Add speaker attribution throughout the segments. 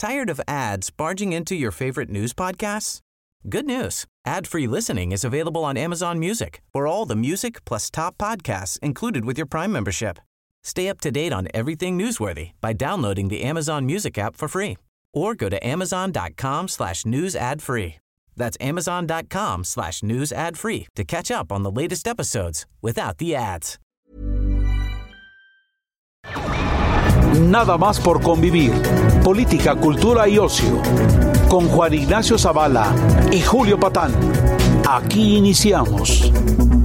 Speaker 1: Tired of ads barging into your favorite news podcasts? Good news. Ad-free listening is available on Amazon Music for all the music plus top podcasts included with your Prime membership. Stay up to date on everything newsworthy by downloading the Amazon Music app for free or go to amazon.com/news ad free. That's amazon.com/news ad free to catch up on the latest episodes without the ads.
Speaker 2: Nada más por convivir. Política, cultura y ocio. Con Juan Ignacio Zavala y Julio Patán. Aquí iniciamos.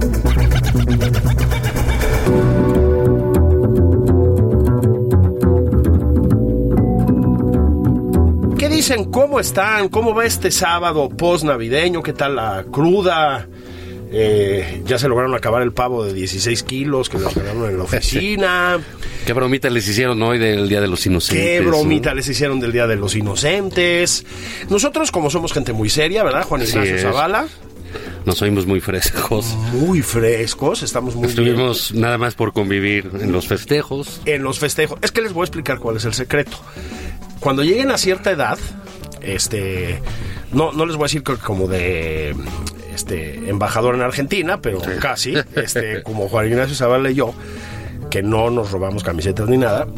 Speaker 3: ¿Qué dicen? ¿Cómo están? ¿Cómo va este sábado post-navideño? ¿Qué tal la cruda? Ya se lograron acabar el pavo de 16 kilos que nos quedaron en la oficina.
Speaker 4: ¿Qué bromita les hicieron hoy del Día de los Inocentes?
Speaker 3: ¿Qué bromita les hicieron del Día de los Inocentes? Nosotros, como somos gente muy seria, ¿verdad, Juan Ignacio Zavala?
Speaker 4: Nos oímos muy frescos.
Speaker 3: Muy frescos, estamos muy
Speaker 4: Estuvimos bien. Nada más por convivir en los festejos.
Speaker 3: En los festejos. Es que les voy a explicar cuál es el secreto. Cuando lleguen a cierta edad, no les voy a decir que como de embajador en Argentina, pero casi, como Juan Ignacio Zavala y yo, que no nos robamos camisetas ni nada,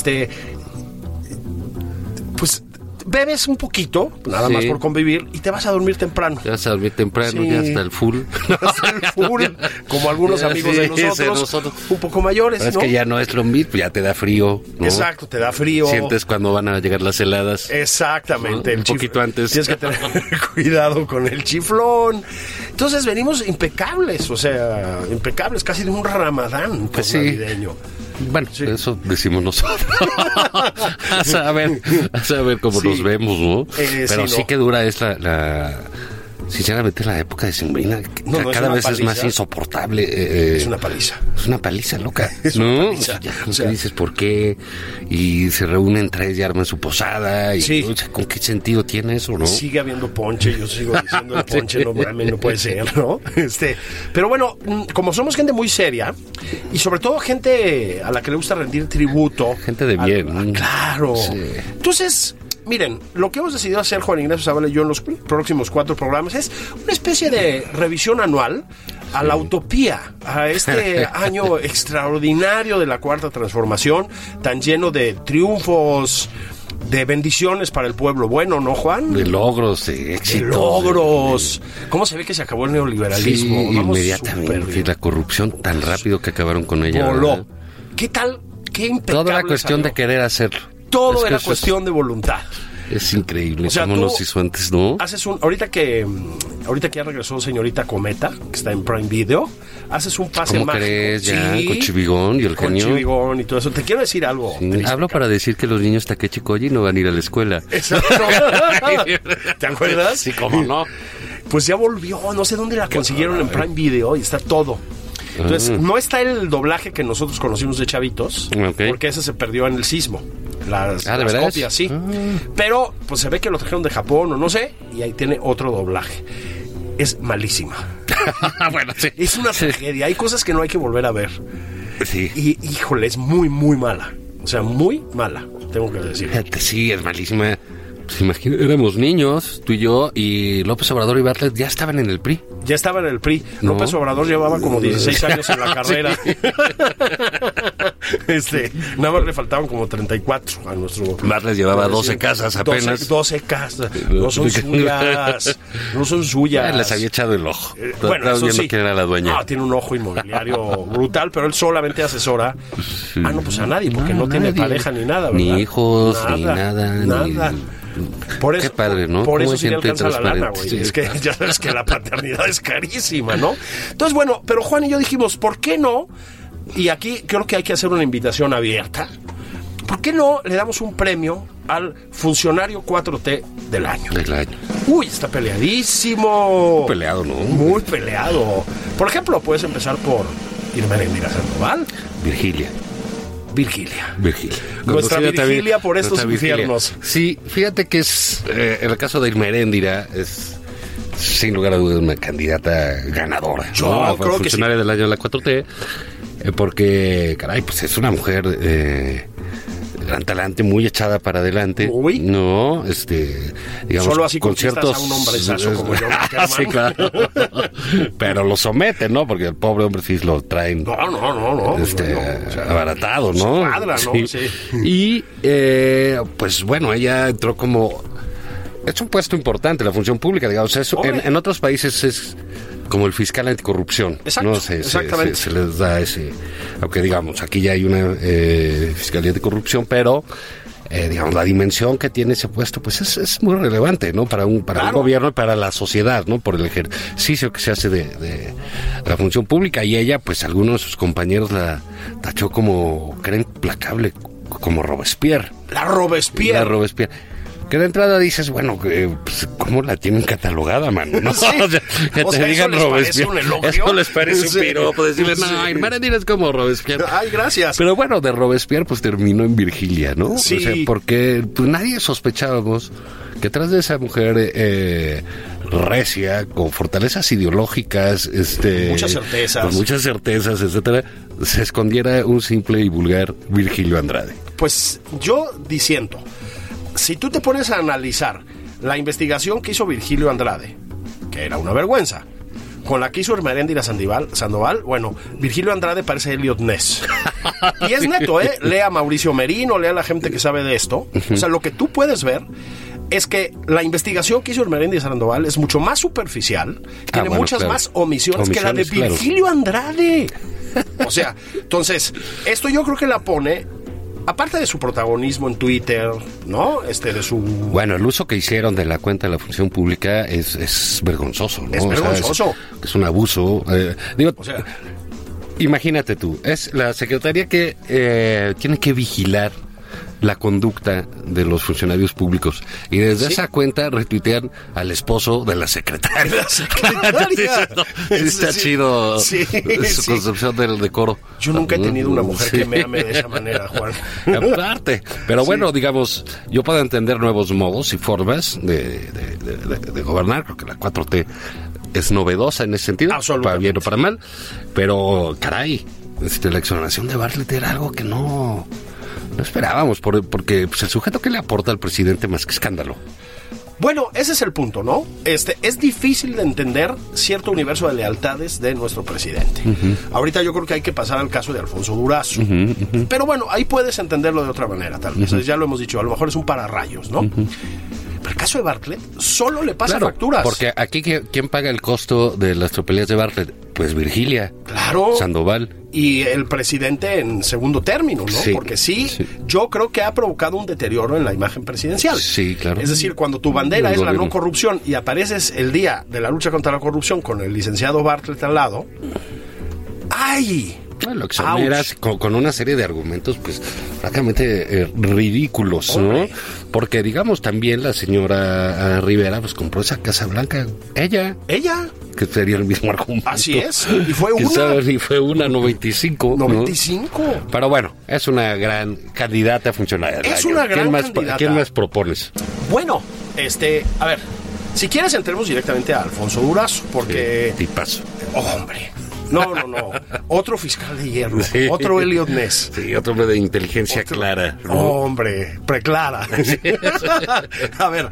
Speaker 3: pues bebes un poquito, nada más por convivir, y te vas a dormir temprano.
Speaker 4: Te vas a dormir temprano, ya hasta el full.
Speaker 3: Hasta el full, como algunos amigos de nosotros, un poco mayores,
Speaker 4: ¿no? Es que ya no es lo mismo, ya te da frío, ¿no?
Speaker 3: Exacto, te da frío.
Speaker 4: Sientes cuando van a llegar las heladas.
Speaker 3: Exactamente.
Speaker 4: ¿No? Un poquito antes.
Speaker 3: Tienes que tener cuidado con el chiflón. Entonces venimos impecables, impecables, casi de un Ramadán
Speaker 4: pues
Speaker 3: navideño.
Speaker 4: Bueno, eso decimos nosotros. a saber cómo nos vemos, ¿no? Pero sí que dura es sinceramente la época decembrina cada vez es más insoportable.
Speaker 3: Es una paliza.
Speaker 4: Es una paliza loca.
Speaker 3: Es una paliza.
Speaker 4: Ya, dices por qué y se reúnen tres y arman su posada y ¿con qué sentido tiene eso, no?
Speaker 3: Sigue habiendo ponche, yo sigo diciendo el ponche no puede ser, ¿no? Pero bueno, como somos gente muy seria y sobre todo gente a la que le gusta rendir tributo,
Speaker 4: gente de bien.
Speaker 3: Claro. Sí. Entonces, miren, lo que hemos decidido hacer Juan Ignacio Zavala y yo en los próximos 4 programas es una especie de revisión anual a la utopía, a este año extraordinario de la Cuarta Transformación, tan lleno de triunfos, de bendiciones para el pueblo bueno, ¿no, Juan?
Speaker 4: De logros, de éxitos.
Speaker 3: De logros. ¿Cómo se ve que se acabó el neoliberalismo?
Speaker 4: Sí, inmediatamente. La corrupción tan rápido que acabaron con ella.
Speaker 3: ¿Qué tal? Qué impecable.
Speaker 4: Toda la cuestión de querer hacerlo.
Speaker 3: Todo era cuestión de voluntad.
Speaker 4: Es increíble cómo nos hizo antes, ¿no?
Speaker 3: Haces ahorita que ya regresó señorita Cometa, que está en Prime Video, haces un pase mágico. ¿Cómo crees?
Speaker 4: Ya, con Chivigón y el genio.
Speaker 3: Con Chivigón y todo eso. Te quiero decir algo.
Speaker 4: Sí, hablo para decir que los niños Takechi Koji no van a ir a la escuela.
Speaker 3: Exacto. ¿Te acuerdas?
Speaker 4: Sí, cómo no.
Speaker 3: Pues ya volvió, no sé dónde la consiguieron en Prime Video y está todo. Entonces, no está el doblaje que nosotros conocimos de chavitos, porque ese se perdió en el sismo. Las copias, sí. Pero, pues se ve que lo trajeron de Japón o no sé, y ahí tiene otro doblaje. Es malísima.
Speaker 4: Bueno, sí.
Speaker 3: Es una tragedia. Hay cosas que no hay que volver a ver.
Speaker 4: Sí.
Speaker 3: Y, híjole, es muy, muy mala. O sea, muy mala, tengo que decir.
Speaker 4: Sí, es malísima. Pues imagínate, éramos niños, tú y yo, y López Obrador y Bartlett ya estaban en el PRI.
Speaker 3: Ya estaban en el PRI. ¿No? López Obrador llevaba como 16 años en la carrera. Nada más le faltaban como 34 a nuestro...
Speaker 4: Bartlett llevaba 12 casas apenas.
Speaker 3: 12 casas. No son suyas. No son suyas.
Speaker 4: Les había echado el ojo.
Speaker 3: Bueno, eso sí.
Speaker 4: Que era la dueña.
Speaker 3: Tiene un ojo inmobiliario brutal, pero él solamente asesora pues a nadie, porque no tiene pareja ni nada, ¿verdad?
Speaker 4: Ni hijos, ni nada.
Speaker 3: Por eso,
Speaker 4: qué padre, ¿no?
Speaker 3: Por eso sí le alcanza la lana, güey. Sí. Es que ya sabes que la paternidad es carísima, ¿no? Entonces, bueno, pero Juan y yo dijimos, ¿por qué no? Y aquí creo que hay que hacer una invitación abierta. ¿Por qué no le damos un premio al funcionario 4T del año? Uy, está peleadísimo.
Speaker 4: Muy peleado, ¿no?
Speaker 3: Muy peleado. Por ejemplo, puedes empezar por Irmerendira Sandoval.
Speaker 4: Virgilia.
Speaker 3: Nuestra Virgilia por estos infiernos.
Speaker 4: Sí, fíjate que es el caso de Irmeréndira es sin lugar a dudas una candidata ganadora.
Speaker 3: Yo creo que
Speaker 4: funcionaria del año de la 4T, porque caray, pues es una mujer gran talante, muy echada para adelante.
Speaker 3: Uy.
Speaker 4: No, digamos,
Speaker 3: solo así
Speaker 4: con ciertos...
Speaker 3: a un hombrezazo como yo.
Speaker 4: Sí, claro. Pero lo somete, ¿no? Porque el pobre hombre sí lo traen...
Speaker 3: No.
Speaker 4: Abaratado, ¿no?
Speaker 3: Cuadra, ¿no?
Speaker 4: Sí.
Speaker 3: Sí.
Speaker 4: Y, pues bueno, ella entró como... Es un puesto importante, la función pública, digamos. En otros países es como el fiscal anticorrupción.
Speaker 3: Exacto,
Speaker 4: ¿no?
Speaker 3: exactamente.
Speaker 4: Se les da ese... Aunque, digamos, aquí ya hay una fiscalía anticorrupción, pero... digamos, la dimensión que tiene ese puesto, pues es muy relevante, ¿no? Para un gobierno y para la sociedad, ¿no? Por el ejercicio que se hace de la función pública. Y ella, pues, algunos de sus compañeros la tachó como, que era implacable, como Robespierre.
Speaker 3: La Robespierre.
Speaker 4: Que de entrada dices, bueno, pues, ¿cómo la tienen catalogada, mano? ¿No?
Speaker 3: Sí.
Speaker 4: O sea, que te digan Robespierre. Eso les parece un piropo. Decirle, no, Irmeréndira es como Robespierre.
Speaker 3: Ay, gracias.
Speaker 4: Pero bueno, de Robespierre, pues terminó en Virgilia, ¿no?
Speaker 3: Sí.
Speaker 4: O sea, porque pues nadie sospechábamos que atrás de esa mujer recia, con fortalezas ideológicas, con muchas certezas, etcétera, se escondiera un simple y vulgar Virgilio Andrade.
Speaker 3: Pues yo diciendo, si tú te pones a analizar la investigación que hizo Virgilio Andrade, que era una vergüenza, con la que hizo Irmeréndira Sandoval, bueno, Virgilio Andrade parece Elliot Ness. Y es neto, lea a Mauricio Merino, lea a la gente que sabe de esto. O sea, lo que tú puedes ver es que la investigación que hizo Irmeréndira Sandoval es mucho más superficial, tiene muchas más omisiones que la de Virgilio Andrade. O sea, entonces, esto yo creo que la pone... Aparte de su protagonismo en Twitter, ¿no? De su...
Speaker 4: Bueno, el uso que hicieron de la cuenta de la función pública es vergonzoso, ¿no?
Speaker 3: Es vergonzoso.
Speaker 4: O sea, es un abuso. Imagínate tú, es la secretaría que tiene que vigilar la conducta de los funcionarios públicos y desde esa cuenta retuitean al esposo de la secretaria. Está chido su concepción del decoro.
Speaker 3: Yo nunca he tenido una mujer que me ame de esa manera, Juan.
Speaker 4: Aparte, pero bueno, digamos, yo puedo entender nuevos modos y formas de gobernar. Creo que la 4T es novedosa en ese sentido, para bien o para mal, pero caray, la exoneración de Bartlett era algo que no esperábamos, porque pues, el sujeto que le aporta al presidente más que escándalo.
Speaker 3: Bueno, ese es el punto, ¿no? Es difícil de entender cierto universo de lealtades de nuestro presidente. Ahorita yo creo que hay que pasar al caso de Alfonso Durazo. Pero bueno, ahí puedes entenderlo de otra manera, tal vez. Ya lo hemos dicho, a lo mejor es un pararrayos, ¿no? Pero el caso de Bartlett solo le pasa facturas.
Speaker 4: Porque aquí, ¿quién paga el costo de las tropelías de Bartlett? Pues Virgilia.
Speaker 3: Claro.
Speaker 4: Sandoval.
Speaker 3: Y el presidente en segundo término, ¿no?
Speaker 4: Sí,
Speaker 3: porque yo creo que ha provocado un deterioro en la imagen presidencial.
Speaker 4: Sí, claro.
Speaker 3: Es decir, cuando tu bandera es la no corrupción y apareces el día de la lucha contra la corrupción con el licenciado Bartlett al lado, ¡ay!
Speaker 4: Lo exoneras con una serie de argumentos, pues, francamente ridículos, ¿no? Porque, digamos, también la señora Rivera, pues, compró esa Casa Blanca. Ella. Que sería el mismo argumento.
Speaker 3: Así es. Y fue una.
Speaker 4: No 25.
Speaker 3: 95.
Speaker 4: ¿no? Pero bueno, es una gran candidata a funcionaria.
Speaker 3: Es una gran candidata.
Speaker 4: ¿Quién más propones?
Speaker 3: Bueno, a ver, si quieres entremos directamente a Alfonso Durazo, porque...
Speaker 4: Sí, tipazo.
Speaker 3: Hombre... No. Otro fiscal de hierro. Sí. Otro Elliot Ness.
Speaker 4: Sí, otro hombre de inteligencia clara. ¿No?
Speaker 3: Hombre, preclara. Sí. A ver,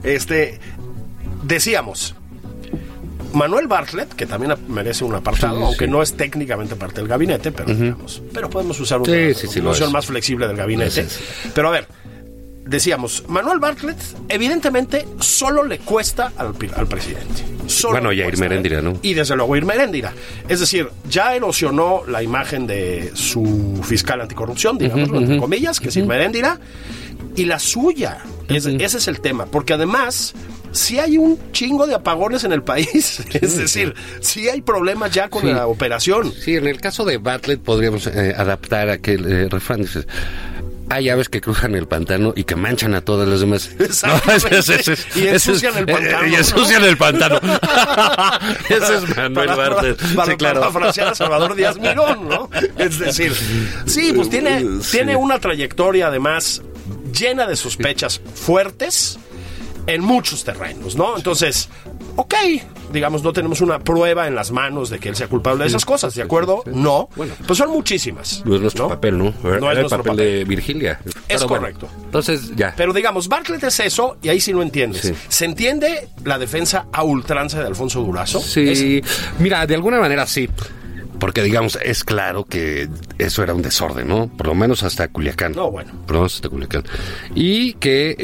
Speaker 3: decíamos, Manuel Bartlett, que también merece un apartado, aunque no es técnicamente parte del gabinete, pero digamos, pero podemos usar una versión más flexible del gabinete. Pero a ver, decíamos, Manuel Bartlett evidentemente solo le cuesta al presidente.
Speaker 4: Y a Irmeréndira, ¿no?
Speaker 3: Y desde luego Irmeréndira. Es decir, ya erosionó la imagen de su fiscal anticorrupción, digámoslo, entre comillas, que es Irmeréndira, y la suya. Ese es el tema, porque además... sí hay un chingo de apagones en el país. Es decir, sí hay problemas ya con la operación.
Speaker 4: Sí, en el caso de Bartlett podríamos adaptar aquel refrán. Dices, hay aves que cruzan el pantano y que manchan a todas las demás.
Speaker 3: Y ensucian el pantano.
Speaker 4: Y ensucian el pantano. Ese es Manuel Bartlett.
Speaker 3: Para parafrasear a Salvador Díaz Mirón, ¿no? Es decir, sí, pues tiene una trayectoria además llena de sospechas fuertes en muchos terrenos, ¿no? Entonces, digamos, no tenemos una prueba en las manos de que él sea culpable de esas cosas, ¿de acuerdo? No, bueno, pues son muchísimas.
Speaker 4: No es nuestro papel, ¿no?
Speaker 3: No es
Speaker 4: el papel de Virgilia.
Speaker 3: Es correcto.
Speaker 4: Bueno, entonces, ya.
Speaker 3: Pero digamos, Bartlett es eso, y ahí sí no entiendes.
Speaker 4: Sí.
Speaker 3: ¿Se entiende la defensa a ultranza de Alfonso Durazo?
Speaker 4: Sí, mira, de alguna manera sí. Porque, digamos, es claro que eso era un desorden, ¿no? Por lo menos hasta Culiacán.
Speaker 3: No, bueno.
Speaker 4: Por lo menos hasta Culiacán. Y que,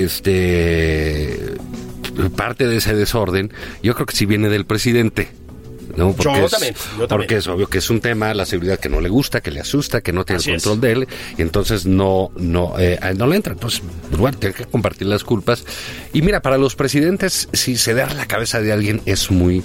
Speaker 4: parte de ese desorden, yo creo que sí viene del presidente, ¿no? Porque
Speaker 3: yo también.
Speaker 4: Porque es obvio que es un tema, la seguridad que no le gusta, que le asusta, que no tiene el control de él, y entonces no le entra. Entonces, pues bueno, tiene que compartir las culpas. Y mira, para los presidentes, si ceder la cabeza de alguien es muy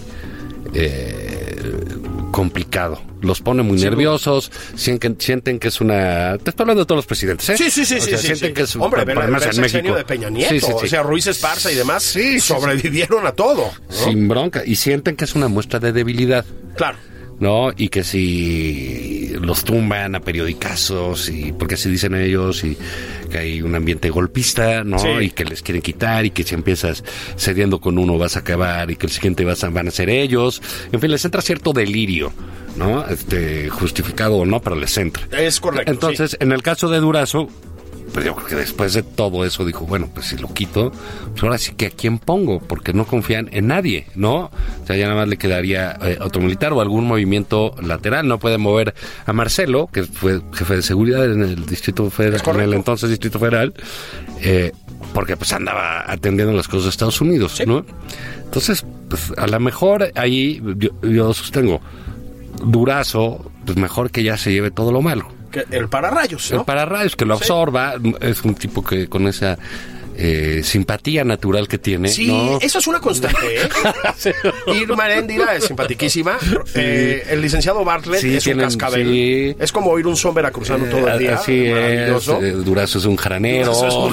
Speaker 4: complicado. Los pone muy nerviosos, sienten que es una... Te estoy hablando de todos los presidentes, ¿eh?
Speaker 3: Sí.
Speaker 4: Sienten que es...
Speaker 3: Hombre,
Speaker 4: además
Speaker 3: el sexenio de Peña Nieto, o sea, Ruiz Esparza y demás sobrevivieron a todo, ¿no?
Speaker 4: Sin bronca. Y sienten que es una muestra de debilidad.
Speaker 3: Claro.
Speaker 4: ¿No? Y que si los tumban a periodicazos, y porque así dicen ellos, y que hay un ambiente golpista, ¿no? Sí. Y que les quieren quitar, y que si empiezas cediendo con uno vas a acabar, y que el siguiente van a ser ellos. En fin, les entra cierto delirio, ¿no? Justificado o no, pero les entra.
Speaker 3: Es correcto.
Speaker 4: Entonces, en el caso de Durazo, pues yo creo que después de todo eso dijo, bueno, pues si lo quito, pues ahora sí que a quién pongo, porque no confían en nadie, ¿no? O sea, ya nada más le quedaría otro militar o algún movimiento lateral. No puede mover a Marcelo, que fue jefe de seguridad en el Distrito Federal, en el entonces Distrito Federal, porque pues andaba atendiendo las cosas de Estados Unidos, ¿sí? ¿No? Entonces, pues a lo mejor ahí yo sostengo, Durazo, pues mejor que ya se lleve todo lo malo.
Speaker 3: El pararrayos, ¿no?
Speaker 4: El pararrayos, que lo absorba. Es un tipo que con esa simpatía natural que tiene.
Speaker 3: Sí,
Speaker 4: ¿no?
Speaker 3: eso es una constante, ¿eh? Irma Heréndira es simpaticísima. Sí. El licenciado Bartlett es un cascabel. Sí. Es como oír un son veracruzano todo el día.
Speaker 4: Así es. Durazo es un jaranero.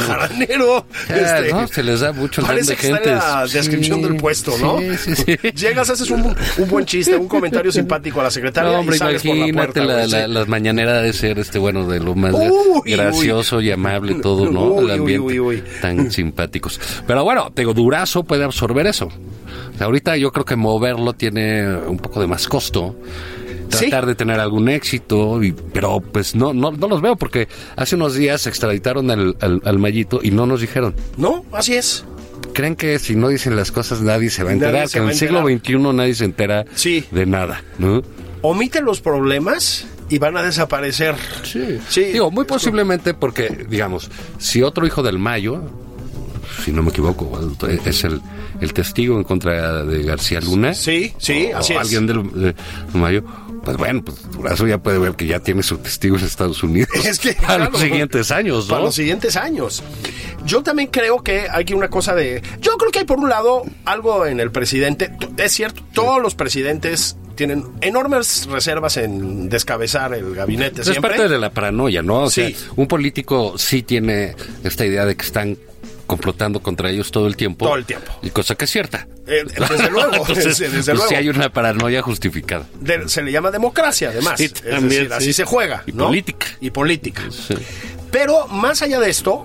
Speaker 3: No,
Speaker 4: se les da mucho.
Speaker 3: Parece que está en la descripción del puesto, ¿no? Sí. Llegas, haces un buen chiste, un comentario simpático a la secretaria, hombre, y sales por la puerta.
Speaker 4: Las mañaneras de ser de lo más gracioso y amable todo, ¿no? El ambiente tan simpáticos. Pero bueno, te digo, Durazo puede absorber eso. O sea, ahorita yo creo que moverlo tiene un poco de más costo. Tratar de tener algún éxito, pero pues no los veo, porque hace unos días extraditaron al Mayito y no nos dijeron.
Speaker 3: No, así es.
Speaker 4: Creen que si no dicen las cosas nadie se va a enterar, que en el siglo XXI nadie se entera de nada, ¿no?
Speaker 3: Omiten los problemas y van a desaparecer.
Speaker 4: Sí. Digo, muy posiblemente porque, digamos, si otro hijo del Mayo, si no me equivoco, es el testigo en contra de García Luna.
Speaker 3: Sí, así es.
Speaker 4: Alguien del Mayo, pues bueno, pues Durazo ya puede ver que ya tiene su testigo en Estados Unidos. Es que para los siguientes años, ¿no?
Speaker 3: Para los siguientes años. Yo también creo que hay que una cosa de... Yo creo que hay por un lado algo en el presidente. Es cierto, todos los presidentes tienen enormes reservas en descabezar el gabinete.
Speaker 4: Es parte de la paranoia, ¿no? O sea, un político sí tiene esta idea de que están complotando contra ellos todo el tiempo.
Speaker 3: Todo el tiempo.
Speaker 4: Y cosa que es cierta.
Speaker 3: Desde luego.
Speaker 4: Entonces, desde luego. Sí hay una paranoia justificada.
Speaker 3: Se le llama democracia, además. Sí, es decir, así se juega.
Speaker 4: Y
Speaker 3: ¿no?
Speaker 4: política.
Speaker 3: Y política.
Speaker 4: Sí.
Speaker 3: Pero más allá de esto,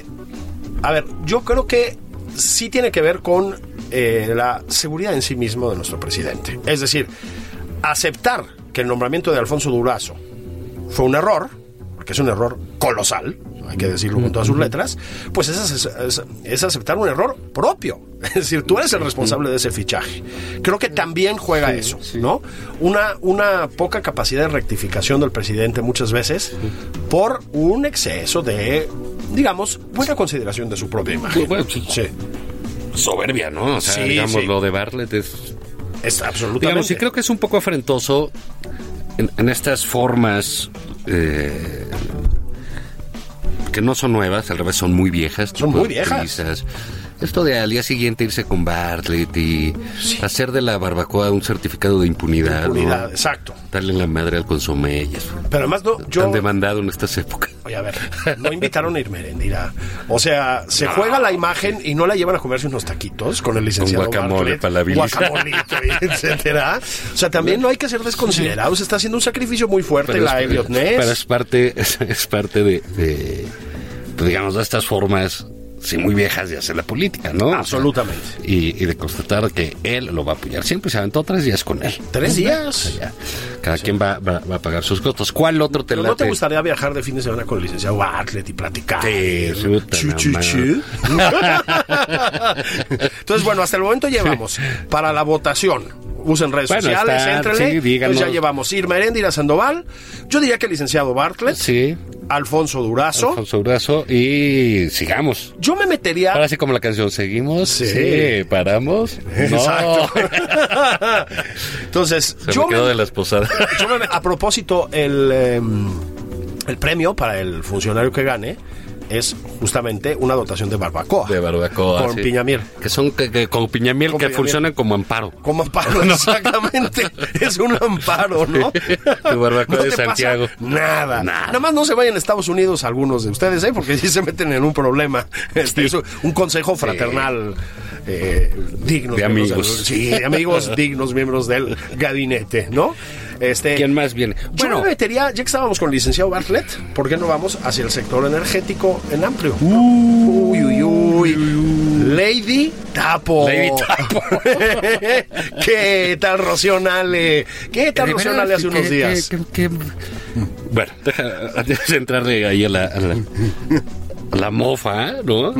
Speaker 3: a ver, yo creo que sí tiene que ver con la seguridad en sí mismo de nuestro presidente. Es decir, aceptar que el nombramiento de Alfonso Durazo fue un error, porque es un error colosal, hay que decirlo con todas sus letras, pues es aceptar un error propio. Es decir, tú eres el responsable de ese fichaje. Creo que también juega eso, ¿no? Una poca capacidad de rectificación del presidente muchas veces por un exceso de, digamos, buena consideración de su propia imagen.
Speaker 4: Bueno, sí. Soberbia, ¿no? O sea, digamos, lo de Bartlett
Speaker 3: es absolutamente.
Speaker 4: Digamos, y creo que es un poco afrentoso en estas formas que no son nuevas, al revés, son muy viejas.
Speaker 3: Son muy viejas.
Speaker 4: Esto de al día siguiente irse con Bartlett y hacer de la barbacoa un certificado de impunidad.
Speaker 3: Impunidad,
Speaker 4: ¿no?
Speaker 3: Exacto.
Speaker 4: Darle la madre al consomé y eso.
Speaker 3: Pero además
Speaker 4: tan demandado en estas épocas.
Speaker 3: Oye, a ver, no invitaron a Irma Heréndira. O sea, se juega la imagen y no la llevan a comerse unos taquitos con el licenciado
Speaker 4: con guacamole
Speaker 3: Bartlett,
Speaker 4: para la bilis.
Speaker 3: guacamolito, etcétera. O sea, también no hay que ser desconsiderados. Se está haciendo un sacrificio muy fuerte la Elliot Ness.
Speaker 4: Pero es parte de digamos, de estas formas sí, muy viejas de hacer la política, ¿no?
Speaker 3: Absolutamente.
Speaker 4: O sea, y de constatar que él lo va a apoyar. Siempre se aventó 3 días con él.
Speaker 3: 3 días.
Speaker 4: O sea, ya, cada quien va a pagar sus costos. ¿Cuál otro te late?
Speaker 3: ¿No te gustaría viajar de fin de semana con el licenciado Bartlett y platicar?
Speaker 4: Sí,
Speaker 3: Entonces, bueno, hasta el momento llevamos para la votación. Usen redes sociales, éntrenle. Entonces ya llevamos Irma Heréndira Sandoval. Yo diría que el licenciado Bartlett.
Speaker 4: Sí.
Speaker 3: Alfonso Durazo
Speaker 4: y sigamos.
Speaker 3: Yo me metería...
Speaker 4: Ahora sí como la canción, seguimos, sí, paramos.
Speaker 3: Exacto. No. Entonces,
Speaker 4: se me quedó de la esposada.
Speaker 3: A propósito, el premio para el funcionario que gane es justamente una dotación de barbacoa.
Speaker 4: De barbacoa,
Speaker 3: con piñamiel.
Speaker 4: Que son con piñamiel que funcionan como amparo.
Speaker 3: Como amparo, exactamente. Es un amparo, ¿no?
Speaker 4: Tu barbacoa
Speaker 3: no
Speaker 4: de Santiago.
Speaker 3: Nada más no se vayan a Estados Unidos algunos de ustedes, porque sí se meten en un problema. Es un consejo fraternal dignos
Speaker 4: de amigos.
Speaker 3: De amigos dignos, miembros del gabinete, ¿no?
Speaker 4: ¿Quién más viene?
Speaker 3: Yo me metería, ya que estábamos con el licenciado Bartlett, ¿por qué no vamos hacia el sector energético en amplio? Lady Tapo. ¿Qué tal Rocío Nale? ¿Qué tal Rocío Nale hace unos días?
Speaker 4: Bueno, antes de entrarle ahí a la mofa, ¿no?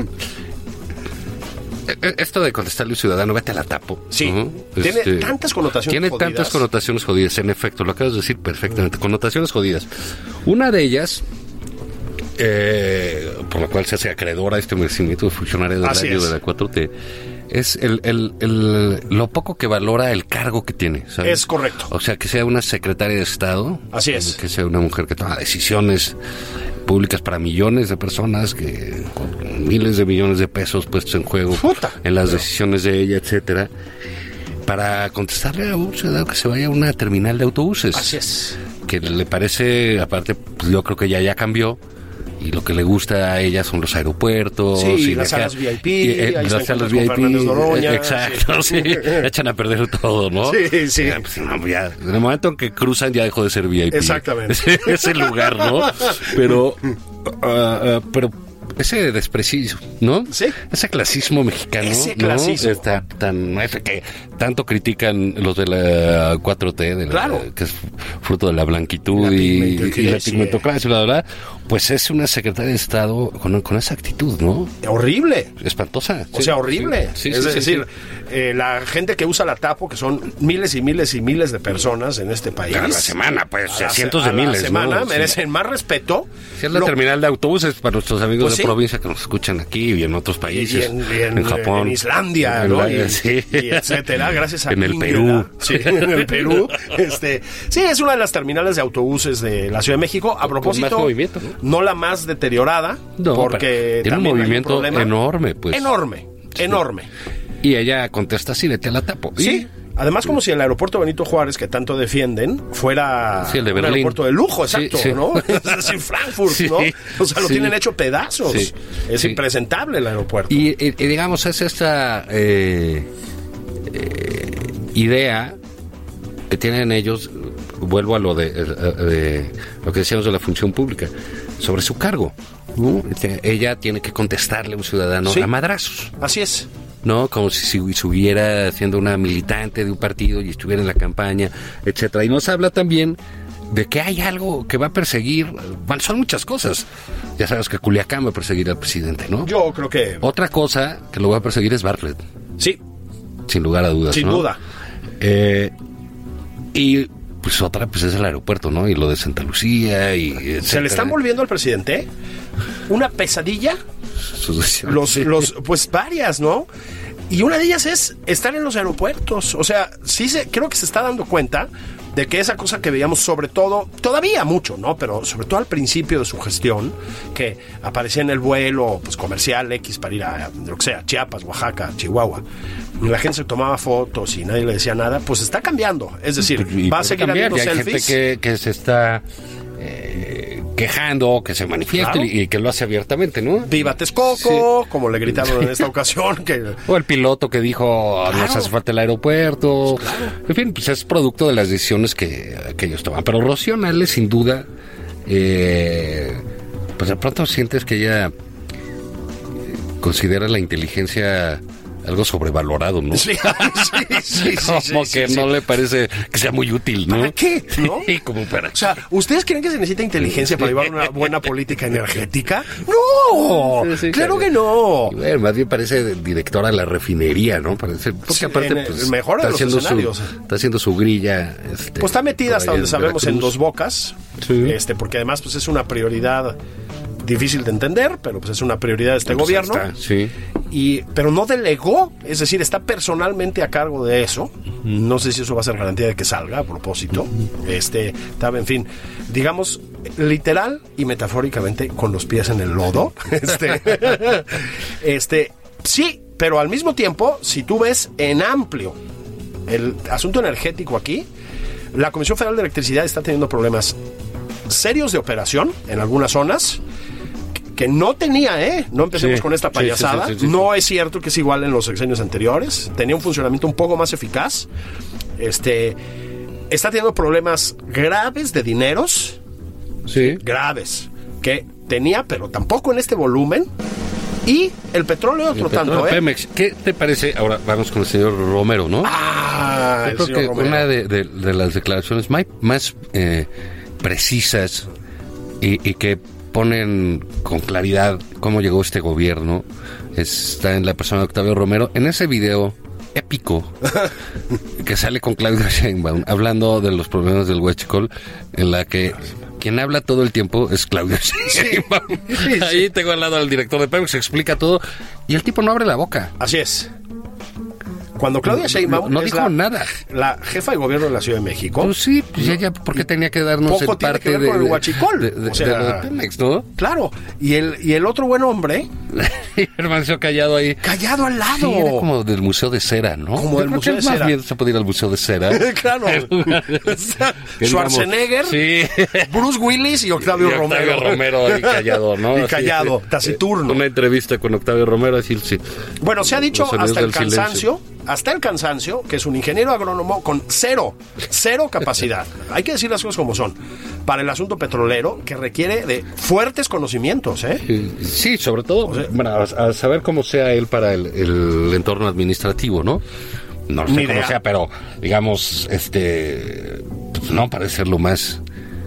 Speaker 4: Esto de contestarle a un ciudadano, vete a la Tapo.
Speaker 3: Sí, ¿no? Tiene tantas connotaciones jodidas.
Speaker 4: Tiene tantas connotaciones jodidas, en efecto, lo acabas de decir perfectamente. Connotaciones jodidas. Una de ellas, por la cual se hace acreedora a este merecimiento de funcionario de radio de la 4T, es lo poco que valora el cargo que tiene, ¿sabes?
Speaker 3: Es correcto.
Speaker 4: O sea, que sea una secretaria de Estado.
Speaker 3: Así es.
Speaker 4: Que sea una mujer que toma decisiones públicas para millones de personas, que con miles de millones de pesos puestos en juego en las decisiones de ella, etcétera, para contestarle a un ciudadano que se vaya a una terminal de autobuses.
Speaker 3: Así es.
Speaker 4: Que le parece, aparte, pues yo creo que ya cambió. Y lo que le gusta a ella son los aeropuertos.
Speaker 3: Sí, y las salas VIP.
Speaker 4: Las salas VIP. Exacto, sí. Echan a perder todo, ¿no?
Speaker 3: Sí, sí.
Speaker 4: Pues, no, ya, en el momento en que cruzan ya dejó de ser VIP.
Speaker 3: Exactamente.
Speaker 4: Ese lugar, ¿no? Pero ese desprecio, ¿no?
Speaker 3: Sí.
Speaker 4: Ese clasismo mexicano,
Speaker 3: ese clasismo.
Speaker 4: ¿no? Que tanto critican los de la 4T,
Speaker 3: claro,
Speaker 4: que es fruto de la blanquitud y la pigmentocracia, bla, bla, pues es una secretaria de Estado con esa actitud, ¿no?
Speaker 3: Horrible.
Speaker 4: Espantosa.
Speaker 3: O sea, horrible.
Speaker 4: Sí,
Speaker 3: es decir, la gente que usa la Tapo, que son miles y miles y miles de personas en este país.
Speaker 4: A la semana, pues, cientos de miles.
Speaker 3: A la semana,
Speaker 4: ¿no?
Speaker 3: merecen más respeto.
Speaker 4: Si es la terminal de autobuses para nuestros amigos de provincia que nos escuchan aquí y en otros países. En Japón.
Speaker 3: En Islandia, ¿no? Y etcétera, gracias a
Speaker 4: en el Perú.
Speaker 3: Sí, en el Perú. Sí, es una de las terminales de autobuses de la Ciudad de México. A propósito,
Speaker 4: más movimiento,
Speaker 3: no la más deteriorada, porque
Speaker 4: tiene un movimiento enorme, pues.
Speaker 3: Enorme.
Speaker 4: Y ella contesta así, vete a la Tapo.
Speaker 3: Sí. Además, como si el aeropuerto Benito Juárez, que tanto defienden, fuera
Speaker 4: el de
Speaker 3: un aeropuerto de lujo, exacto,
Speaker 4: sí.
Speaker 3: ¿no? Es decir, Frankfurt, ¿no? O sea, lo tienen hecho pedazos. Sí. Es impresentable el aeropuerto.
Speaker 4: Y digamos, es esta idea que tienen ellos, vuelvo a lo de lo que decíamos de la función pública, sobre su cargo. Ella tiene que contestarle a un ciudadano a madrazos.
Speaker 3: Así es.
Speaker 4: ¿No? Como si estuviera siendo una militante de un partido y estuviera en la campaña, etcétera. Y nos habla también de que hay algo que va a perseguir. Bueno, son muchas cosas. Ya sabes que Culiacán va a perseguir al presidente, ¿no?
Speaker 3: Yo creo que...
Speaker 4: Otra cosa que lo va a perseguir es Bartlett.
Speaker 3: Sí.
Speaker 4: Sin lugar a dudas,
Speaker 3: Sin duda.
Speaker 4: Y pues otra pues es el aeropuerto, ¿no? Y lo de Santa Lucía y etcétera.
Speaker 3: ¿Se le están volviendo al presidente una pesadilla? Pues varias, ¿no? Y una de ellas es estar en los aeropuertos. O sea, creo que se está dando cuenta de que esa cosa que veíamos sobre todo, todavía mucho, ¿no? Pero sobre todo al principio de su gestión, que aparecía en el vuelo pues comercial X para ir a, lo que sea, Chiapas, Oaxaca, Chihuahua. Y la gente se tomaba fotos y nadie le decía nada, pues está cambiando. Es decir, va a seguir habiendo selfies.
Speaker 4: Hay gente que se está quejando, que se manifiesta, claro, y que lo hace abiertamente, ¿no?
Speaker 3: ¡Viva Texcoco! Sí. Como le gritaron en esta ocasión.
Speaker 4: O el piloto que dijo, claro, nos hace falta el aeropuerto. Pues claro. En fin, pues es producto de las decisiones que ellos toman. Pero Rocío Nale, sin duda, pues de pronto sientes que ella considera la inteligencia algo sobrevalorado, ¿no?
Speaker 3: Sí.
Speaker 4: Como que no le parece que sea muy útil, ¿no?
Speaker 3: ¿Para qué? ¿No?
Speaker 4: Sí, como para...
Speaker 3: O sea, ¿ustedes creen que se necesita inteligencia para llevar una buena política energética? ¡No! Claro que no.
Speaker 4: Bueno, más bien parece directora de la refinería, ¿no? Parece, porque aparte, pues,
Speaker 3: el mejor de los escenarios.
Speaker 4: Está haciendo su grilla.
Speaker 3: Pues está metida hasta donde sabemos en Dos Bocas.
Speaker 4: Sí.
Speaker 3: Porque además, pues es una prioridad difícil de entender, pero pues es una prioridad de este gobierno.
Speaker 4: Sí.
Speaker 3: Pero no delegó, es decir, está personalmente a cargo de eso. No sé si eso va a ser garantía de que salga a propósito. En fin, digamos literal y metafóricamente con los pies en el lodo. Sí, pero al mismo tiempo, si tú ves en amplio el asunto energético aquí, la Comisión Federal de Electricidad está teniendo problemas serios de operación en algunas zonas que no tenía, no empecemos con esta payasada. Sí. No es cierto que es igual en los sexenios anteriores. Tenía un funcionamiento un poco más eficaz. Está teniendo problemas graves de dineros.
Speaker 4: Sí.
Speaker 3: Graves. Que tenía, pero tampoco en este volumen. Y el petróleo, por tanto,
Speaker 4: Pemex. ¿Qué te parece? Ahora vamos con el señor Romero, ¿no? Yo creo que Romero, una de las declaraciones más precisas y que ponen con claridad cómo llegó este gobierno está en la persona de Octavio Romero, en ese video épico que sale con Claudia Sheinbaum hablando de los problemas del huachicol, en la que quien habla todo el tiempo es Claudia Sheinbaum. Sí. Ahí tengo al lado al director de Pemex, explica todo y el tipo no abre la boca.
Speaker 3: Así es. Cuando Claudia Sheinbaum
Speaker 4: no dijo nada.
Speaker 3: La jefa de gobierno de la Ciudad de México.
Speaker 4: Pues sí, pues ella porque tenía que darnos
Speaker 3: el
Speaker 4: parte
Speaker 3: tiene que ver con el huachicol.
Speaker 4: De Pemex, ¿no?
Speaker 3: Claro. Y el otro buen hombre
Speaker 4: permaneció callado ahí.
Speaker 3: Callado al lado.
Speaker 4: Sí, era como del Museo de Cera, ¿no?
Speaker 3: Como del Museo de Cera.
Speaker 4: Más bien se puede ir al Museo de Cera.
Speaker 3: Claro. Schwarzenegger,
Speaker 4: sí.
Speaker 3: Bruce Willis y Octavio Romero.
Speaker 4: Octavio Romero ahí callado, ¿no?
Speaker 3: Y callado, taciturno.
Speaker 4: Una entrevista con Octavio Romero, así sí.
Speaker 3: Bueno, se ha dicho hasta el cansancio, que es un ingeniero agrónomo con cero sacapacidad. Hay que decir las cosas como son. Para el asunto petrolero, que requiere de fuertes conocimientos,
Speaker 4: Sí, sobre todo, a saber cómo sea él para el entorno administrativo, ¿no? No sé cómo sea, pero digamos, pues no parece ser lo más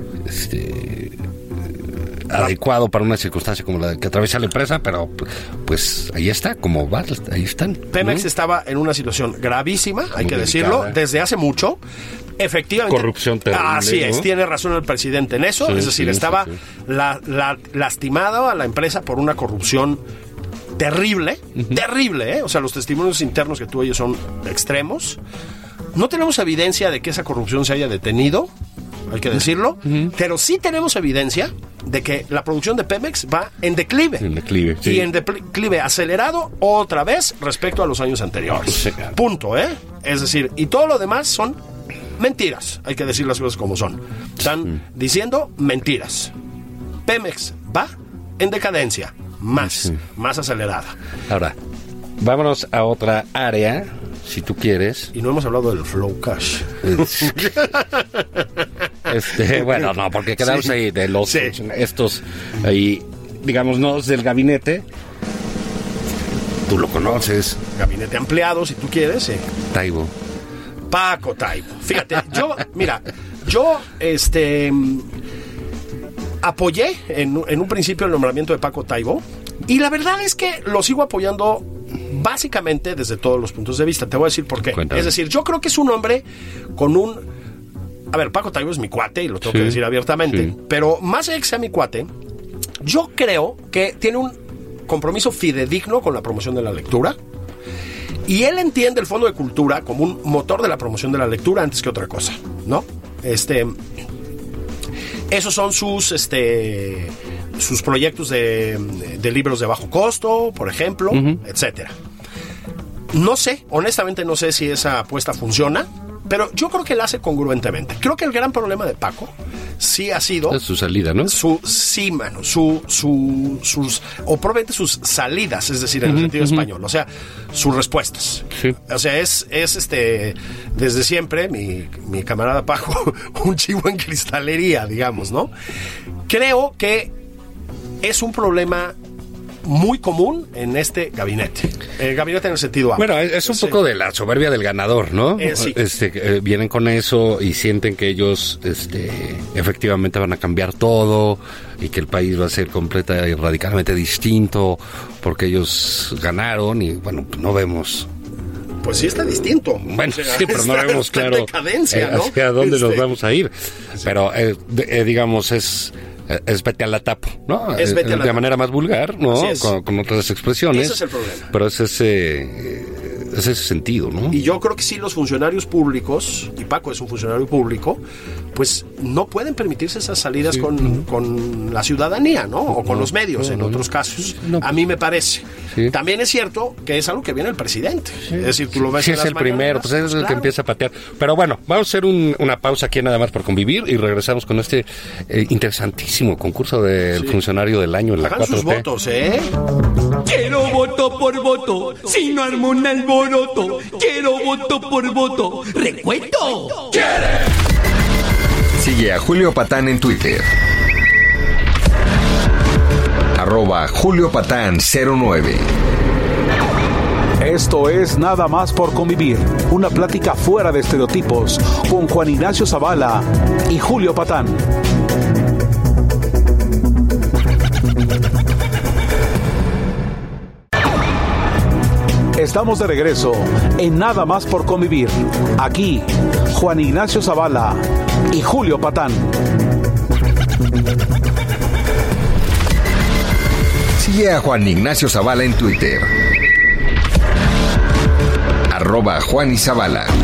Speaker 4: adecuado para una circunstancia como la que atraviesa la empresa, pero pues ahí está, como va, ahí están.
Speaker 3: Pemex estaba en una situación gravísima, hay que decirlo, desde hace mucho. Efectivamente.
Speaker 4: Corrupción terrible.
Speaker 3: Así es,
Speaker 4: ¿no?
Speaker 3: Tiene razón el presidente en eso, es decir, estaba lastimado a la empresa por una corrupción terrible, terrible, O sea, los testimonios internos que tuvo ellos son extremos. No tenemos evidencia de que esa corrupción se haya detenido, hay que decirlo, pero sí tenemos evidencia de que la producción de Pemex va en declive.
Speaker 4: Sí.
Speaker 3: Y en declive acelerado otra vez respecto a los años anteriores.
Speaker 4: Sí.
Speaker 3: Punto, Es decir, y todo lo demás son mentiras, hay que decir las cosas como son. Están diciendo mentiras. Pemex va en decadencia, más acelerada.
Speaker 4: Ahora, vámonos a otra área, si tú quieres.
Speaker 3: Y no hemos hablado del Flow Cash.
Speaker 4: Bueno, no, porque quedamos ahí de los estos ahí, digamos, no del gabinete. Tú lo conoces.
Speaker 3: Gabinete ampliado, si tú quieres.
Speaker 4: Taibo.
Speaker 3: Paco Taibo. Fíjate, yo apoyé en un principio el nombramiento de Paco Taibo y la verdad es que lo sigo apoyando básicamente desde todos los puntos de vista. Te voy a decir por qué.
Speaker 4: Cuéntame.
Speaker 3: Es decir, yo creo que es un hombre con un... A ver, Paco Taibo es mi cuate y lo tengo que decir abiertamente, pero más allá de que sea mi cuate, yo creo que tiene un compromiso fidedigno con la promoción de la lectura. Y él entiende el Fondo de Cultura como un motor de la promoción de la lectura antes que otra cosa, ¿no? Esos son sus proyectos de libros de bajo costo, por ejemplo, etcétera. No sé, honestamente no sé si esa apuesta funciona, pero yo creo que la hace congruentemente. Creo que el gran problema de Paco sí ha sido...
Speaker 4: Es su salida, ¿no?
Speaker 3: O probablemente sus salidas, es decir, en el sentido español, o sea, sus respuestas.
Speaker 4: Sí.
Speaker 3: O sea, es desde siempre, mi camarada Paco, un chivo en cristalería, digamos, ¿no? Creo que es un problema muy común en este gabinete. Gabinete en el sentido amplio.
Speaker 4: Bueno, es un poco de la soberbia del ganador, ¿no?
Speaker 3: Sí.
Speaker 4: Vienen con eso y sienten que ellos efectivamente van a cambiar todo y que el país va a ser completa y radicalmente distinto porque ellos ganaron y bueno, pues no vemos.
Speaker 3: Pues sí está distinto.
Speaker 4: Bueno, sí, pero no vemos claro
Speaker 3: decadencia, ¿no?
Speaker 4: Hacia dónde nos vamos a ir. Sí. Pero, digamos, es vete a la tapo, ¿no?
Speaker 3: Es vete a la
Speaker 4: de manera más vulgar, ¿no? Con otras expresiones.
Speaker 3: Ese es el problema.
Speaker 4: Pero es ese sentido, ¿no?
Speaker 3: Y yo creo que sí, los funcionarios públicos, y Paco es un funcionario público, pues no pueden permitirse esas salidas con la ciudadanía, ¿no? O con los medios, en otros casos. A mí me parece. Sí. También es cierto que es algo que viene el presidente. Sí. Es decir, tú lo ves en las
Speaker 4: el primero, pues es el que empieza a patear. Pero bueno, vamos a hacer una pausa aquí Nada Más por Convivir y regresamos con este interesantísimo concurso del funcionario del año en la 4T.
Speaker 3: Hagan sus votos, ¿eh?
Speaker 5: Quiero voto por voto, si no armo un alboroto. Quiero voto por voto, recuento.
Speaker 6: Sigue a Julio Patán en Twitter. @JulioPatán09.
Speaker 2: Esto es Nada Más por Convivir, una plática fuera de estereotipos con Juan Ignacio Zavala y Julio Patán. Estamos de regreso en Nada Más por Convivir. Aquí, Juan Ignacio Zavala y Julio Patán.
Speaker 6: Sigue a Juan Ignacio Zavala en Twitter. @JuanIZabala.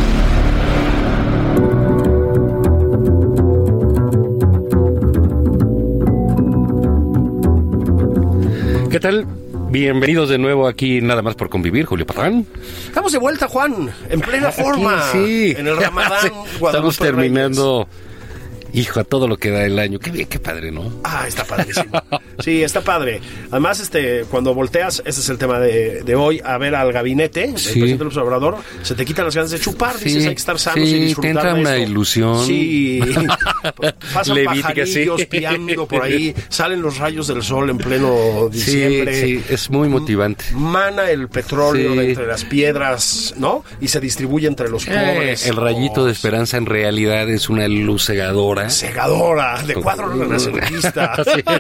Speaker 4: ¿Qué tal? Bienvenidos de nuevo aquí Nada Más por Convivir, Julio Patán.
Speaker 3: Estamos de vuelta, Juan, en plena forma.
Speaker 4: Sí.
Speaker 3: En el Ramadán.
Speaker 4: Sí. Estamos terminando, hijo, a todo lo que da el año. Qué bien, qué padre, ¿no?
Speaker 3: Está padrísimo. Sí, está padre. Además, cuando volteas, ese es el tema de hoy, a ver al gabinete, el presidente López Obrador, se te quitan las ganas de chupar, dices, hay que estar sanos y disfrutar.
Speaker 4: Te entra una ilusión.
Speaker 3: Sí. Pasan pajarillos piando por ahí, salen los rayos del sol en pleno diciembre.
Speaker 4: Sí, es muy motivante.
Speaker 3: Mana el petróleo de entre las piedras, ¿no? Y se distribuye entre los pobres.
Speaker 4: El rayito de esperanza en realidad es una luz cegadora.
Speaker 3: De cuadro renacentista.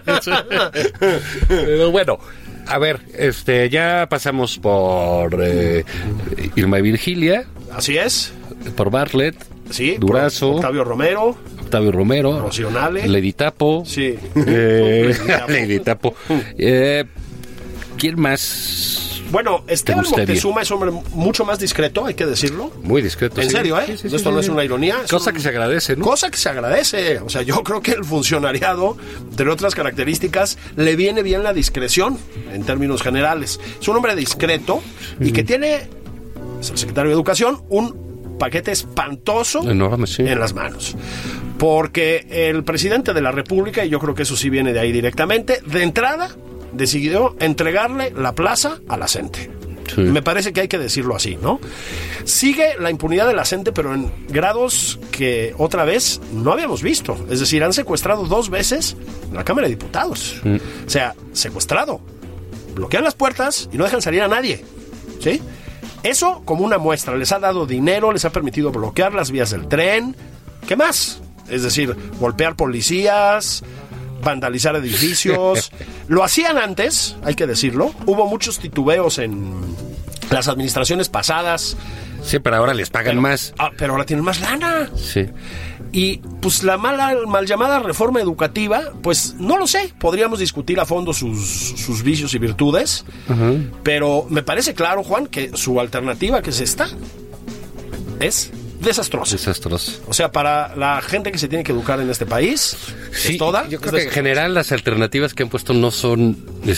Speaker 4: Pero bueno, a ver, ya pasamos por Irma y Virgilia.
Speaker 3: Así es.
Speaker 4: Por Bartlett.
Speaker 3: Sí.
Speaker 4: Durazo.
Speaker 3: Octavio Romero.
Speaker 4: Rocío Nale. Lady Tapo.
Speaker 3: Sí.
Speaker 4: Lady Tapo. ¿Quién más?
Speaker 3: Bueno, Esteban Moctezuma es un hombre mucho más discreto, hay que decirlo.
Speaker 4: Muy discreto.
Speaker 3: En serio, ¿eh?
Speaker 4: Sí,
Speaker 3: esto no es una ironía.
Speaker 4: Cosa que se agradece, ¿no?
Speaker 3: Cosa que se agradece. O sea, yo creo que el funcionariado, entre otras características, le viene bien la discreción, en términos generales. Es un hombre discreto y que tiene, es el secretario de Educación, un paquete espantoso
Speaker 4: enorme,
Speaker 3: en las manos. Porque el presidente de la República, y yo creo que eso sí viene de ahí directamente, de entrada decidió entregarle la plaza a la CENTE. Sí. Me parece que hay que decirlo así, ¿no? Sigue la impunidad de la CENTE, pero en grados que otra vez no habíamos visto. Es decir, han secuestrado 2 veces la Cámara de Diputados. O sea, secuestrado. Bloquean las puertas y no dejan salir a nadie. ¿Sí? Eso como una muestra. Les ha dado dinero, les ha permitido bloquear las vías del tren. ¿Qué más? Es decir, golpear policías, vandalizar edificios. Lo hacían antes, hay que decirlo. Hubo muchos titubeos en las administraciones pasadas.
Speaker 4: Sí, pero ahora les pagan más.
Speaker 3: Pero ahora tienen más lana.
Speaker 4: Sí.
Speaker 3: Y pues la mal llamada reforma educativa, pues no lo sé. Podríamos discutir a fondo sus vicios y virtudes. Pero me parece claro, Juan, que su alternativa que es esta es desastrosa. O sea, para la gente que se tiene que educar en este país,
Speaker 4: sí,
Speaker 3: es toda.
Speaker 4: Yo creo que en general las alternativas que han puesto no son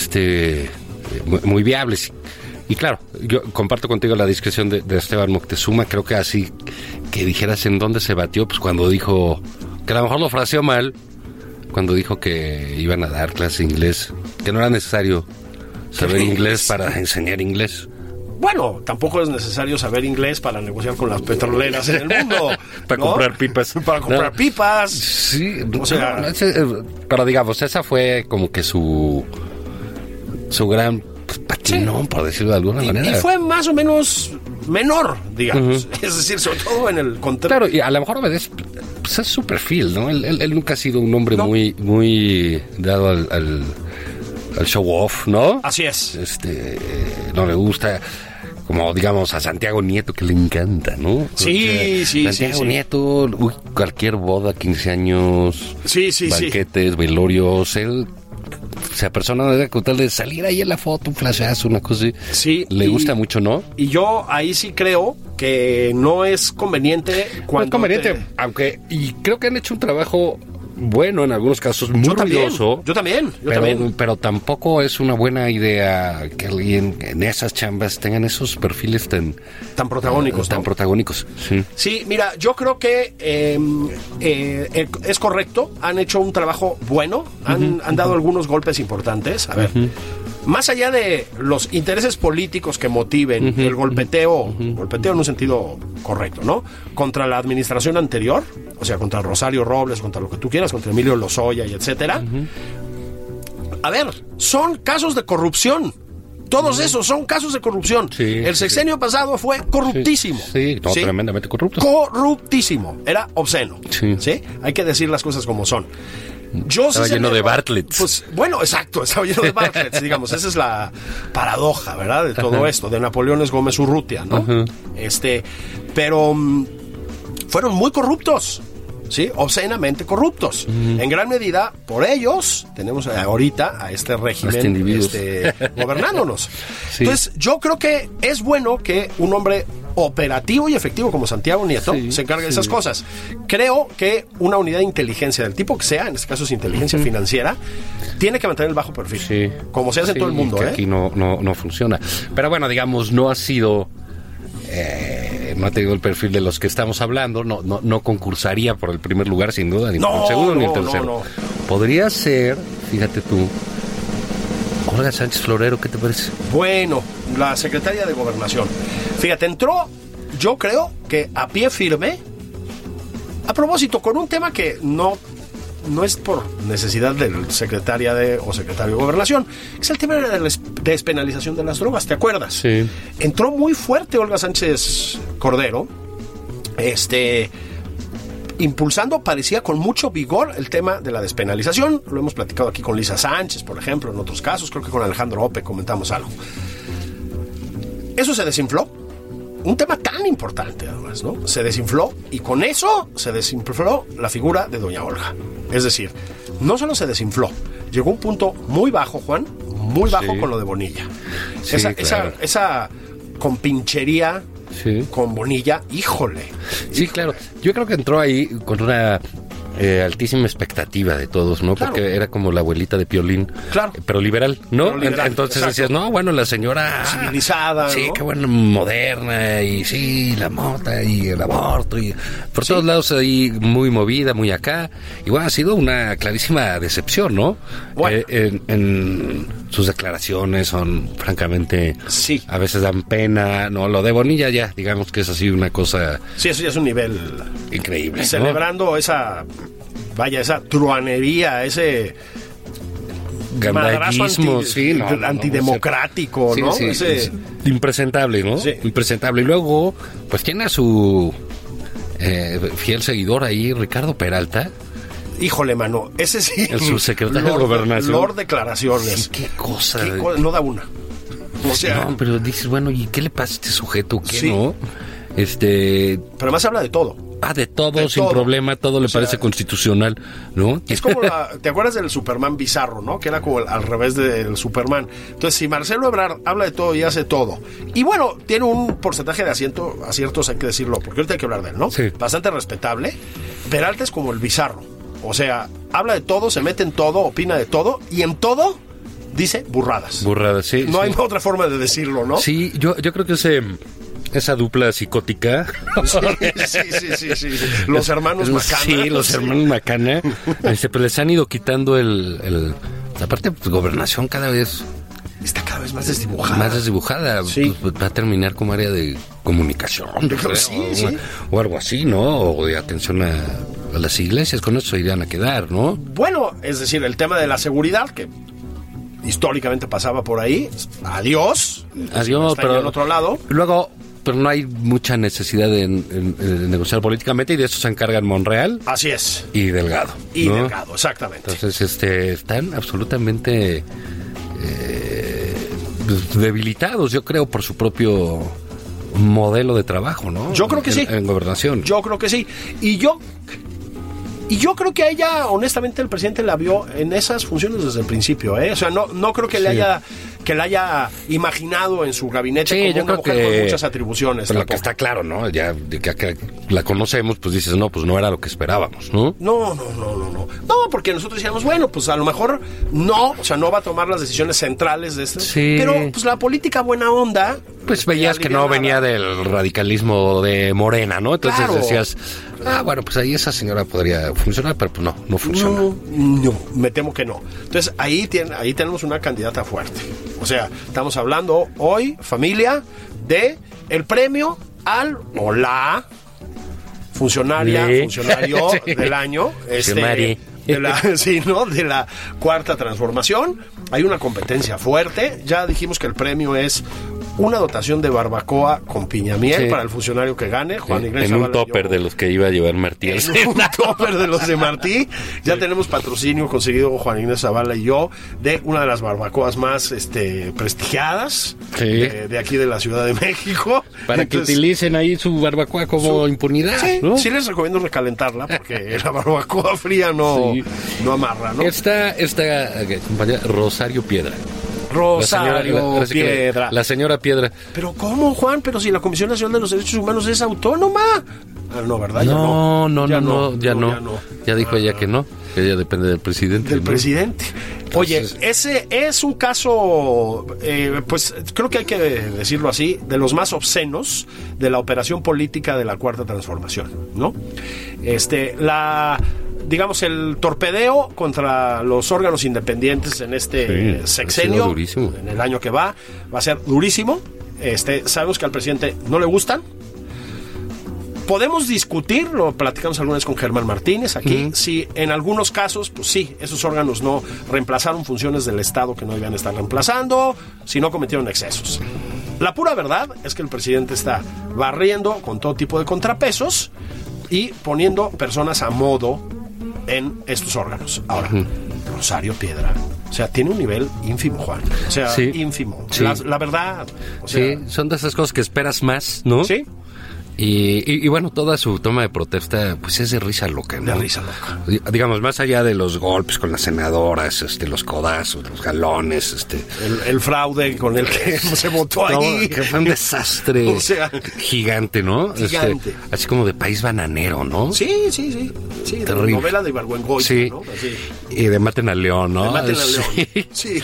Speaker 4: muy viables. Y claro, yo comparto contigo la discreción de Esteban Moctezuma. Creo que así que dijeras en dónde se batió, pues cuando dijo, que a lo mejor lo fraseó mal, cuando dijo que iban a dar clase de inglés, que no era necesario saber inglés para enseñar inglés.
Speaker 3: Bueno, tampoco es necesario saber inglés para negociar con las petroleras en el mundo.
Speaker 4: Para comprar pipas.
Speaker 3: Para comprar pipas.
Speaker 4: Sí, o sea, pero digamos, esa fue como que su su gran patinón, por decirlo de alguna manera.
Speaker 3: Y fue más o menos menor, digamos. Es decir, sobre todo en el contexto.
Speaker 4: Claro, y a lo mejor es su perfil, ¿no? Él nunca ha sido un hombre muy dado al show off, ¿no?
Speaker 3: Así es.
Speaker 4: No le gusta, como digamos a Santiago Nieto, que le encanta, ¿no?
Speaker 3: Sí.
Speaker 4: Santiago Nieto, cualquier boda, 15 años, banquetes, velorios, él se apersona con tal de salir ahí en la foto, un flashazo, una cosa así.
Speaker 3: Sí.
Speaker 4: Le gusta mucho, ¿no?
Speaker 3: Y yo ahí sí creo que no es conveniente cuando...
Speaker 4: No es conveniente, aunque... Y creo que han hecho un trabajo bueno en algunos casos, muy ruidoso.
Speaker 3: Yo también.
Speaker 4: Pero tampoco es una buena idea que alguien en esas chambas tengan esos perfiles tan
Speaker 3: protagónicos.
Speaker 4: Tan protagónicos, sí.
Speaker 3: Sí, mira, yo creo que es correcto. Han hecho un trabajo bueno. Han dado algunos golpes importantes. A ver, más allá de los intereses políticos que motiven el golpeteo en un sentido correcto, ¿no? Contra la administración anterior, o sea, contra Rosario Robles, contra lo que tú quieras, contra Emilio Lozoya y etcétera. A ver, son casos de corrupción. Todos esos son casos de corrupción. El sexenio pasado fue corruptísimo.
Speaker 4: Tremendamente corrupto.
Speaker 3: Corruptísimo. Era obsceno. ¿Sí? Hay que decir las cosas como son.
Speaker 4: Estaba lleno de Bartletts.
Speaker 3: Pues, bueno, exacto, estaba lleno de Bartletts, digamos. Esa es la paradoja, ¿verdad? De todo esto, de Napoleones Gómez Urrutia, ¿no? Pero fueron muy corruptos. ¿Sí? Obscenamente corruptos. En gran medida, por ellos, tenemos ahorita a este régimen gobernándonos. Entonces, yo creo que es bueno que un hombre operativo y efectivo como Santiago Nieto se encargue de esas cosas. Creo que una unidad de inteligencia del tipo que sea, en este caso es inteligencia financiera, tiene que mantener el bajo perfil. Como se hace en todo el mundo.
Speaker 4: Que aquí no funciona. Pero bueno, digamos, no ha sido... no ha tenido el perfil de los que estamos hablando, no concursaría por el primer lugar sin duda, ni por el segundo ni el tercero.
Speaker 3: No.
Speaker 4: Podría ser, fíjate tú, Olga Sánchez Florero, ¿qué te parece?
Speaker 3: Bueno, la secretaria de Gobernación. Fíjate, entró, yo creo que a pie firme, a propósito, con un tema que no es por necesidad del secretaria o secretario de Gobernación, es el tema de la despenalización de las drogas, ¿te acuerdas?
Speaker 4: Sí.
Speaker 3: Entró muy fuerte Olga Sánchez Cordero, impulsando, parecía con mucho vigor, el tema de la despenalización. Lo hemos platicado aquí con Lisa Sánchez, por ejemplo, en otros casos, creo que con Alejandro Ope comentamos algo. Eso se desinfló. Un tema tan importante, además, ¿no? Se desinfló, y con eso se desinfló la figura de doña Olga. Es decir, no solo se desinfló, llegó a un punto muy bajo, Juan, muy bajo con lo de Bonilla. Esa compinchería con Bonilla, híjole.
Speaker 4: Sí, claro. Yo creo que entró ahí con una altísima expectativa de todos, ¿no?
Speaker 3: Claro.
Speaker 4: Porque era como la abuelita de Piolín, pero liberal, ¿no?
Speaker 3: Pero liberal,
Speaker 4: entonces
Speaker 3: exacto.
Speaker 4: Decías, no, bueno, la señora
Speaker 3: civilizada,
Speaker 4: sí,
Speaker 3: ¿no?
Speaker 4: qué bueno, moderna, y sí, la mota y el aborto, y por todos lados ahí muy movida, muy acá. Y bueno, ha sido una clarísima decepción, ¿no?
Speaker 3: Bueno.
Speaker 4: En sus declaraciones son francamente, a veces dan pena, ¿no? Lo de Bonilla ya, digamos que es así una cosa...
Speaker 3: Sí, eso ya es un nivel
Speaker 4: increíble,
Speaker 3: celebrando, ¿no? esa truanería, ese
Speaker 4: gandallismo,
Speaker 3: antidemocrático, ¿no?
Speaker 4: Sí, impresentable, ¿no?
Speaker 3: Sí.
Speaker 4: Impresentable. Y luego, pues tiene a su fiel seguidor ahí, Ricardo Peralta.
Speaker 3: Híjole, mano, ese sí.
Speaker 4: El subsecretario de Gobernación.
Speaker 3: Lord declaraciones.
Speaker 4: Sí, qué cosa.
Speaker 3: No da una. O sea,
Speaker 4: no, pero dices, bueno, ¿y qué le pasa a este sujeto? ¿Qué no? Pero
Speaker 3: además habla de todo.
Speaker 4: De todo, sin problema, todo le parece constitucional, ¿no?
Speaker 3: Es como ¿te acuerdas del Superman bizarro, no? Que era como al revés del Superman. Entonces, si Marcelo Ebrard habla de todo y hace todo, y bueno, tiene un porcentaje de aciertos, hay que decirlo, porque ahorita hay que hablar de él, ¿no?
Speaker 4: Sí.
Speaker 3: Bastante respetable. Peralta es como el bizarro. O sea, habla de todo, se mete en todo, opina de todo, y en todo dice burradas.
Speaker 4: Burradas, sí.
Speaker 3: No hay otra forma de decirlo, ¿no?
Speaker 4: Sí, yo creo que esa dupla psicótica.
Speaker 3: Sí. Los hermanos Macana.
Speaker 4: Sí, los hermanos Macana. Pues les han ido quitando la parte de Gobernación cada vez.
Speaker 3: Está cada vez más desdibujada.
Speaker 4: Más desdibujada.
Speaker 3: Sí.
Speaker 4: Pues va a terminar como área de comunicación. O algo así, ¿no? O de atención a las iglesias. Con eso se irían a quedar, ¿no?
Speaker 3: Bueno, es decir, el tema de la seguridad, que históricamente pasaba por ahí. Adiós,
Speaker 4: pero
Speaker 3: en otro lado.
Speaker 4: Luego, pero no hay mucha necesidad de negociar políticamente, y de eso se encargan Monreal.
Speaker 3: Así es.
Speaker 4: Y Delgado.
Speaker 3: Y Delgado, exactamente.
Speaker 4: Entonces, están absolutamente debilitados, yo creo, por su propio modelo de trabajo, ¿no?
Speaker 3: Yo creo que sí.
Speaker 4: En gobernación.
Speaker 3: Yo creo que sí. Y yo creo que a ella, honestamente, el presidente la vio en esas funciones desde el principio, ¿eh? O sea, no creo que la haya imaginado en su gabinete como una mujer con muchas atribuciones.
Speaker 4: Pero lo que está claro, ¿no? Ya que la conocemos, pues dices, no era lo que esperábamos, ¿no?
Speaker 3: No, porque nosotros decíamos, bueno, pues a lo mejor no va a tomar las decisiones centrales de esto.
Speaker 4: Sí.
Speaker 3: Pero pues la política buena onda...
Speaker 4: Pues veías que no venía del radicalismo de Morena, ¿no? Entonces decías, bueno, pues ahí esa señora podría funcionar, pero pues no funciona.
Speaker 3: No, me temo que no. Entonces ahí tenemos una candidata fuerte. O sea, estamos hablando hoy, familia, de el premio al o la funcionario del año, de la Cuarta Transformación. Hay una competencia fuerte. Ya dijimos que el premio es una dotación de barbacoa con piñamiel para el funcionario que gane. Juan Ignacio
Speaker 4: en un topper de los que iba a llevar Martí.
Speaker 3: En un topper de los de Martí. Ya tenemos patrocinio conseguido Juan Ignacio Zavala y yo de una de las barbacoas más prestigiadas de aquí de la Ciudad de México.
Speaker 4: Para que utilicen ahí su barbacoa como impunidad.
Speaker 3: Sí, les recomiendo recalentarla porque la barbacoa fría no amarra, ¿no?
Speaker 4: Esta compañera Rosario Piedra.
Speaker 3: Piedra.
Speaker 4: La señora Piedra.
Speaker 3: ¿Pero cómo, Juan? Pero si la Comisión Nacional de los Derechos Humanos es autónoma. No, ¿verdad?
Speaker 4: No. Ya dijo ella que no. Que ella depende del presidente.
Speaker 3: Del presidente. Oye, ese es un caso, pues creo que hay que decirlo así, de los más obscenos de la operación política de la Cuarta Transformación, ¿no? Digamos, el torpedeo contra los órganos independientes en este sexenio, en el año que va a ser durísimo. Sabemos que al presidente no le gustan. Podemos discutir, lo platicamos alguna vez con Germán Martínez aquí, si en algunos casos, pues sí, esos órganos no reemplazaron funciones del Estado que no debían estar reemplazando, si no cometieron excesos. La pura verdad es que el presidente está barriendo con todo tipo de contrapesos y poniendo personas a modo en estos órganos. Ahora, Rosario Piedra, o sea, tiene un nivel ínfimo, Juan. O sea, ínfimo. Sí. La verdad. O sea,
Speaker 4: son de esas cosas que esperas más, ¿no?
Speaker 3: Sí.
Speaker 4: Y bueno, toda su toma de protesta, pues es de risa loca, ¿no?
Speaker 3: De risa loca.
Speaker 4: Digamos, más allá de los golpes con las senadoras, los codazos, los galones,
Speaker 3: el fraude con el que se votó ahí.
Speaker 4: Que fue un desastre
Speaker 3: o sea,
Speaker 4: gigante, ¿no?
Speaker 3: Gigante.
Speaker 4: Así como de país bananero, ¿no?
Speaker 3: Sí, de novela de Ibargüengoitia,
Speaker 4: sí.
Speaker 3: ¿no? Así.
Speaker 4: Y de Maten al León, ¿no?
Speaker 3: De Maten al León. Sí.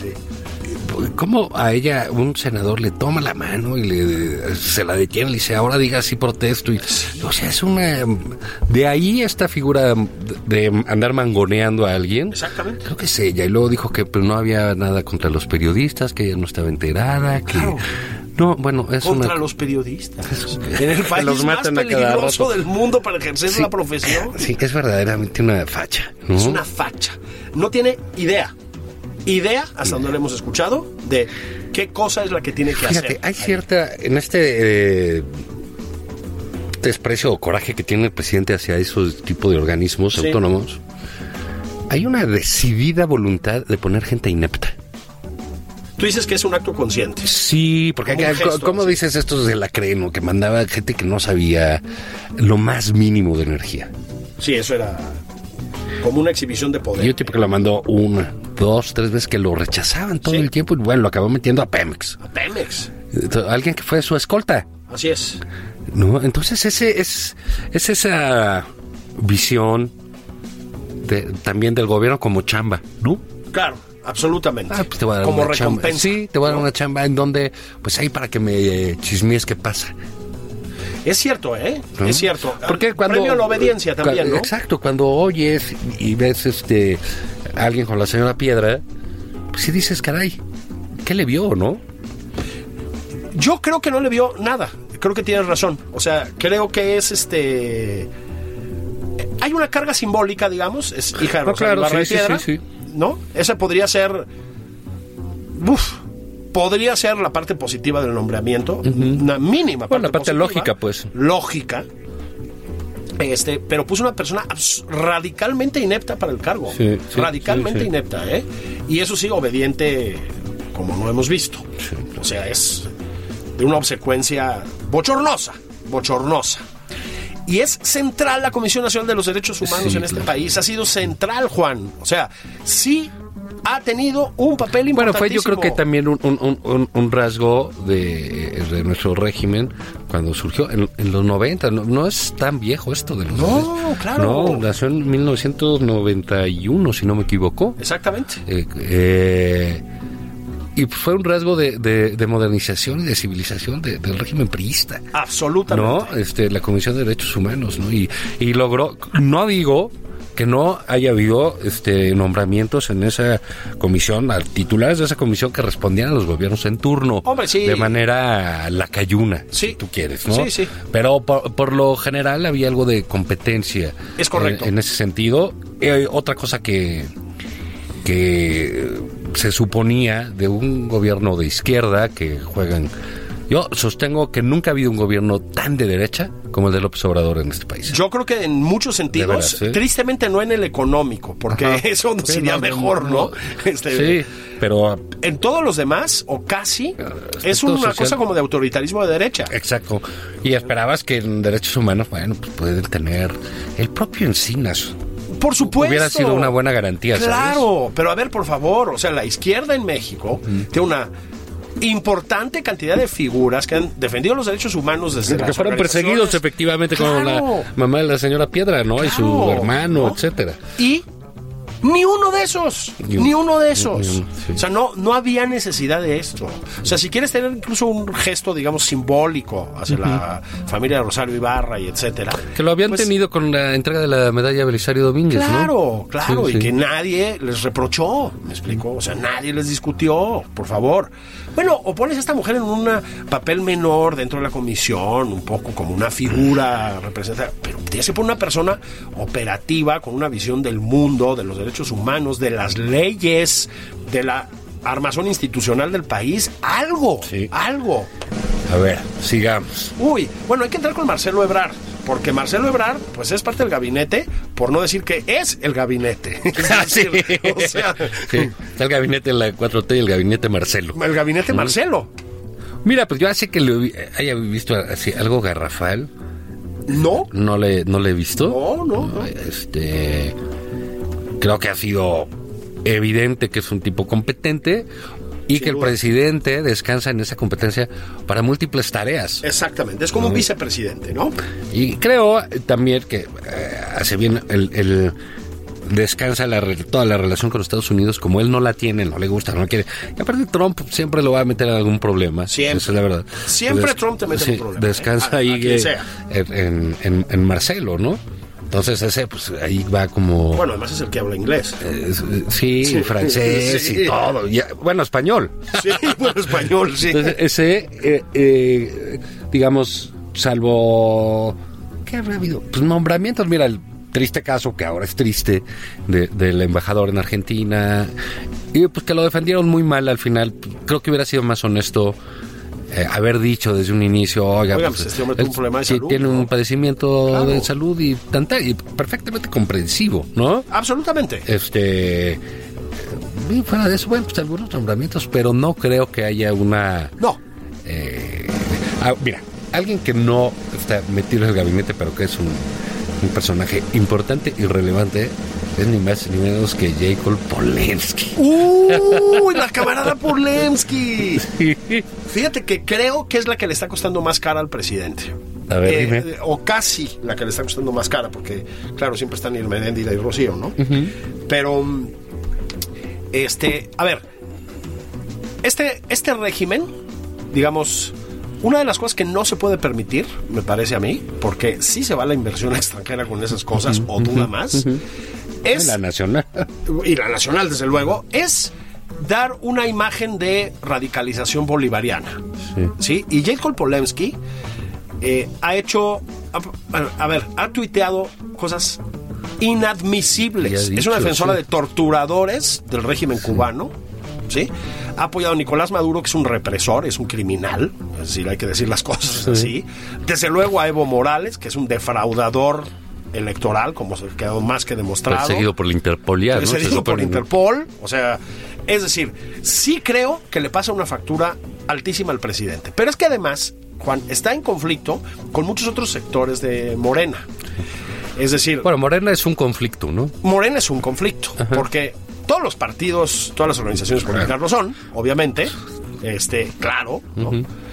Speaker 4: ¿Cómo a ella un senador le toma la mano y se la detiene y le dice, ahora diga sí protesto? O sea, es una... De ahí esta figura de andar mangoneando a alguien.
Speaker 3: Exactamente.
Speaker 4: Creo que es ella. Y luego dijo que pues, no había nada contra los periodistas, que ella no estaba enterada, que...
Speaker 3: Claro.
Speaker 4: No, bueno, es
Speaker 3: contra los periodistas. En el país los más peligroso del mundo para ejercer la profesión.
Speaker 4: Sí, es verdaderamente una facha, ¿no?
Speaker 3: Es una facha. No tiene idea, hasta donde lo hemos escuchado, de qué cosa es la que tiene que hacer.
Speaker 4: Hay cierta, en este desprecio o coraje que tiene el presidente hacia esos tipos de organismos autónomos, hay una decidida voluntad de poner gente inepta.
Speaker 3: Tú dices que es un acto consciente.
Speaker 4: Sí, porque ¿cómo dices esto de la Creno, que mandaba gente que no sabía lo más mínimo de energía?
Speaker 3: Sí, eso era como una exhibición de poder.
Speaker 4: Y un tipo que lo mandó 1, 2, 3 veces, que lo rechazaban todo el tiempo, y bueno, lo acabó metiendo a Pemex. Alguien que fue su escolta.
Speaker 3: Así es.
Speaker 4: No, entonces es esa visión también del gobierno como chamba, ¿no?
Speaker 3: Claro. Absolutamente.
Speaker 4: Pues te voy a dar
Speaker 3: como
Speaker 4: una
Speaker 3: recompensa.
Speaker 4: Chamba. Sí, te voy a dar una chamba en donde, pues ahí para que me chismees qué pasa.
Speaker 3: Es cierto, ¿eh? ¿No? Es cierto.
Speaker 4: Porque cuando
Speaker 3: premio a la obediencia también, ¿no?
Speaker 4: Exacto, cuando oyes y ves a alguien con la señora Piedra, pues sí dices, caray, ¿qué le vio, no?
Speaker 3: Yo creo que no le vio nada. Creo que tienes razón. O sea, creo que es hay una carga simbólica, digamos, es hija de Rosario Ibarra de Piedra.
Speaker 4: Sí.
Speaker 3: ¿No? Esa podría ser podría ser la parte positiva del nombramiento, una mínima parte
Speaker 4: la parte
Speaker 3: positiva,
Speaker 4: lógica, pues.
Speaker 3: Lógica. Pero puso una persona radicalmente inepta para el cargo. Radicalmente inepta, ¿eh? Y eso sí, obediente como no hemos visto. Sí. O sea, es de una obsecuencia bochornosa. Y es central la Comisión Nacional de los Derechos Humanos en este país. Ha sido central, Juan. O sea, sí ha tenido un papel importantísimo.
Speaker 4: Bueno, fue yo creo que también un rasgo de nuestro régimen cuando surgió en los 90. No es tan viejo esto de los 90.
Speaker 3: No, claro.
Speaker 4: No, nació en 1991, si no me equivoco.
Speaker 3: Exactamente.
Speaker 4: Y fue un rasgo de modernización y de civilización del régimen priista.
Speaker 3: Absolutamente.
Speaker 4: ¿No? La Comisión de Derechos Humanos, ¿no? Y logró, no digo que no haya habido nombramientos en esa comisión, titulares de esa comisión que respondían a los gobiernos en turno.
Speaker 3: Hombre, sí.
Speaker 4: De manera lacayuna, si tú quieres, ¿no?
Speaker 3: Sí.
Speaker 4: Pero por lo general había algo de competencia.
Speaker 3: Es correcto.
Speaker 4: En ese sentido. Otra cosa que se suponía de un gobierno de izquierda que juegan... Yo sostengo que nunca ha habido un gobierno tan de derecha como el de López Obrador en este país.
Speaker 3: Yo creo que en muchos sentidos, tristemente no en el económico, porque eso no sería mejor, ¿no?
Speaker 4: Sí, pero...
Speaker 3: En todos los demás, o casi, es una cosa como de autoritarismo de derecha.
Speaker 4: Exacto. Y esperabas que en derechos humanos, bueno, pues pueden tener el propio Encinas.
Speaker 3: Por supuesto.
Speaker 4: Hubiera sido una buena garantía, ¿sabes?
Speaker 3: Claro, pero a ver, por favor, o sea, la izquierda en México tiene una importante cantidad de figuras que han defendido los derechos humanos desde
Speaker 4: que fueron perseguidos efectivamente, como la mamá de la señora Piedra, ¿no? Y su hermano, etcétera.
Speaker 3: Y ni uno de esos. Sí. O sea, no había necesidad de esto. O sea, si quieres tener incluso un gesto, digamos, simbólico hacia la familia de Rosario Ibarra y etcétera.
Speaker 4: Que lo habían tenido con la entrega de la medalla Belisario Domínguez,
Speaker 3: ¿no? Claro,
Speaker 4: sí.
Speaker 3: Y que nadie les reprochó, ¿me explico? O sea, nadie les discutió, por favor. Bueno, o pones a esta mujer en un papel menor dentro de la comisión, un poco como una figura representativa, pero tienes que poner una persona operativa con una visión del mundo, de los derechos humanos, de las leyes, de la armazón institucional del país, algo.
Speaker 4: A ver, sigamos.
Speaker 3: Bueno, hay que entrar con Marcelo Ebrard, porque Marcelo Ebrard, pues es parte del gabinete, por no decir que es el gabinete.
Speaker 4: Sí. O sea, sí. Está el gabinete de la 4T y el gabinete Marcelo.
Speaker 3: El gabinete Marcelo.
Speaker 4: Mira, pues yo hace que haya visto así algo garrafal.
Speaker 3: No.
Speaker 4: No le he visto.
Speaker 3: No.
Speaker 4: Creo que ha sido evidente que es un tipo competente y que el presidente descansa en esa competencia para múltiples tareas.
Speaker 3: Exactamente, es como un vicepresidente, ¿no?
Speaker 4: Y creo también que hace bien el descansa toda la relación con Estados Unidos, como él no la tiene, no le gusta, no quiere. Y aparte Trump siempre lo va a meter en algún problema.
Speaker 3: Siempre.
Speaker 4: Esa es la verdad.
Speaker 3: Siempre Trump te mete en un problema.
Speaker 4: Descansa ahí en Marcelo, ¿no? Entonces ese, pues ahí va como...
Speaker 3: Bueno, además es el que habla inglés.
Speaker 4: Sí, francés y todo. Bueno, español.
Speaker 3: Sí, español, sí.
Speaker 4: Entonces ese, digamos, salvo... ¿Qué habrá habido? Pues nombramientos, mira, el triste caso, que ahora es triste, del embajador en Argentina, y pues que lo defendieron muy mal al final. Creo que hubiera sido más honesto haber dicho desde un inicio, oiga, pues
Speaker 3: este hombre tiene un problema de salud,
Speaker 4: tiene un padecimiento de salud y perfectamente comprensivo, ¿no?
Speaker 3: Absolutamente.
Speaker 4: Y fuera de eso, bueno, pues algunos nombramientos, pero no creo que haya una...
Speaker 3: No.
Speaker 4: Mira, alguien que no está metido en el gabinete, pero que es un personaje importante y relevante, es ni más ni menos que Jacob Polensky.
Speaker 3: La camarada Polensky. Sí. Fíjate que creo que es la que le está costando más cara al presidente.
Speaker 4: A ver, dime.
Speaker 3: O casi la que le está costando más cara, porque, claro, siempre están Irma Heréndira y Rocío, ¿no? Pero, a ver, este régimen, digamos... Una de las cosas que no se puede permitir, me parece a mí, porque sí se va la inversión extranjera con esas cosas, o duda más, es...
Speaker 4: La nacional.
Speaker 3: Y la nacional, desde luego, es dar una imagen de radicalización bolivariana. ¿Sí? Y Jacob Polensky ha hecho... ha tuiteado cosas inadmisibles. Es una defensora de torturadores del régimen cubano. ¿sí? Ha apoyado a Nicolás Maduro, que es un represor, es un criminal, es decir, hay que decir las cosas así. Desde luego a Evo Morales, que es un defraudador electoral, como se quedó más que demostrado.
Speaker 4: Perseguido por la Interpol ya, ¿no?
Speaker 3: Perseguido por la Interpol, o sea, es decir, sí creo que le pasa una factura altísima al presidente. Pero es que además, Juan, está en conflicto con muchos otros sectores de Morena. Es decir...
Speaker 4: Bueno, Morena es un conflicto, ¿no?
Speaker 3: Morena es un conflicto, porque todos los partidos, todas las organizaciones políticas lo son, obviamente, claro, ¿no?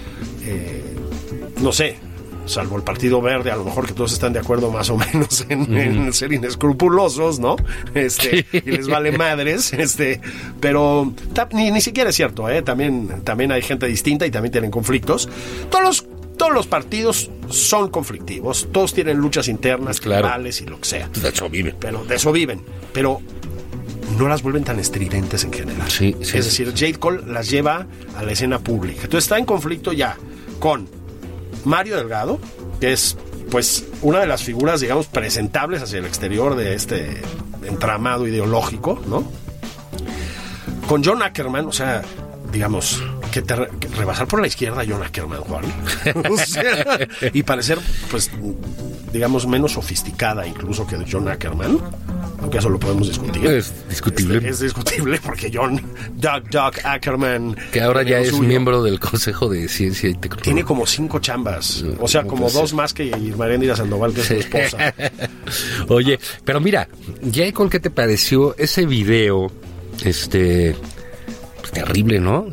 Speaker 3: No sé, salvo el Partido Verde, a lo mejor que todos están de acuerdo más o menos en ser inescrupulosos, ¿no? Y les vale madres, pero ni siquiera es cierto, también hay gente distinta y también tienen conflictos. Todos los partidos son conflictivos, todos tienen luchas internas, tribales y lo que sea.
Speaker 4: De eso viven.
Speaker 3: Pero no las vuelven tan estridentes en general.
Speaker 4: Sí,
Speaker 3: es decir, Jade Cole las lleva a la escena pública. Entonces está en conflicto ya con Mario Delgado, que es pues una de las figuras, digamos, presentables hacia el exterior de este entramado ideológico, ¿no? Con John Ackerman, o sea, digamos, que rebasar por la izquierda a John Ackerman, Juan. O sea, y parecer, pues, digamos, menos sofisticada incluso que John Ackerman, aunque eso lo podemos discutir.
Speaker 4: Es discutible.
Speaker 3: Es discutible porque Doug Ackerman...
Speaker 4: Que ahora ya es miembro del Consejo de Ciencia y Tecnología.
Speaker 3: Tiene como 5 chambas, o sea, como 2 más que Irma Eréndira Sandoval, que es su esposa.
Speaker 4: Oye, pero mira, Jacob, ¿qué te pareció ese video, pues, terrible, ¿no?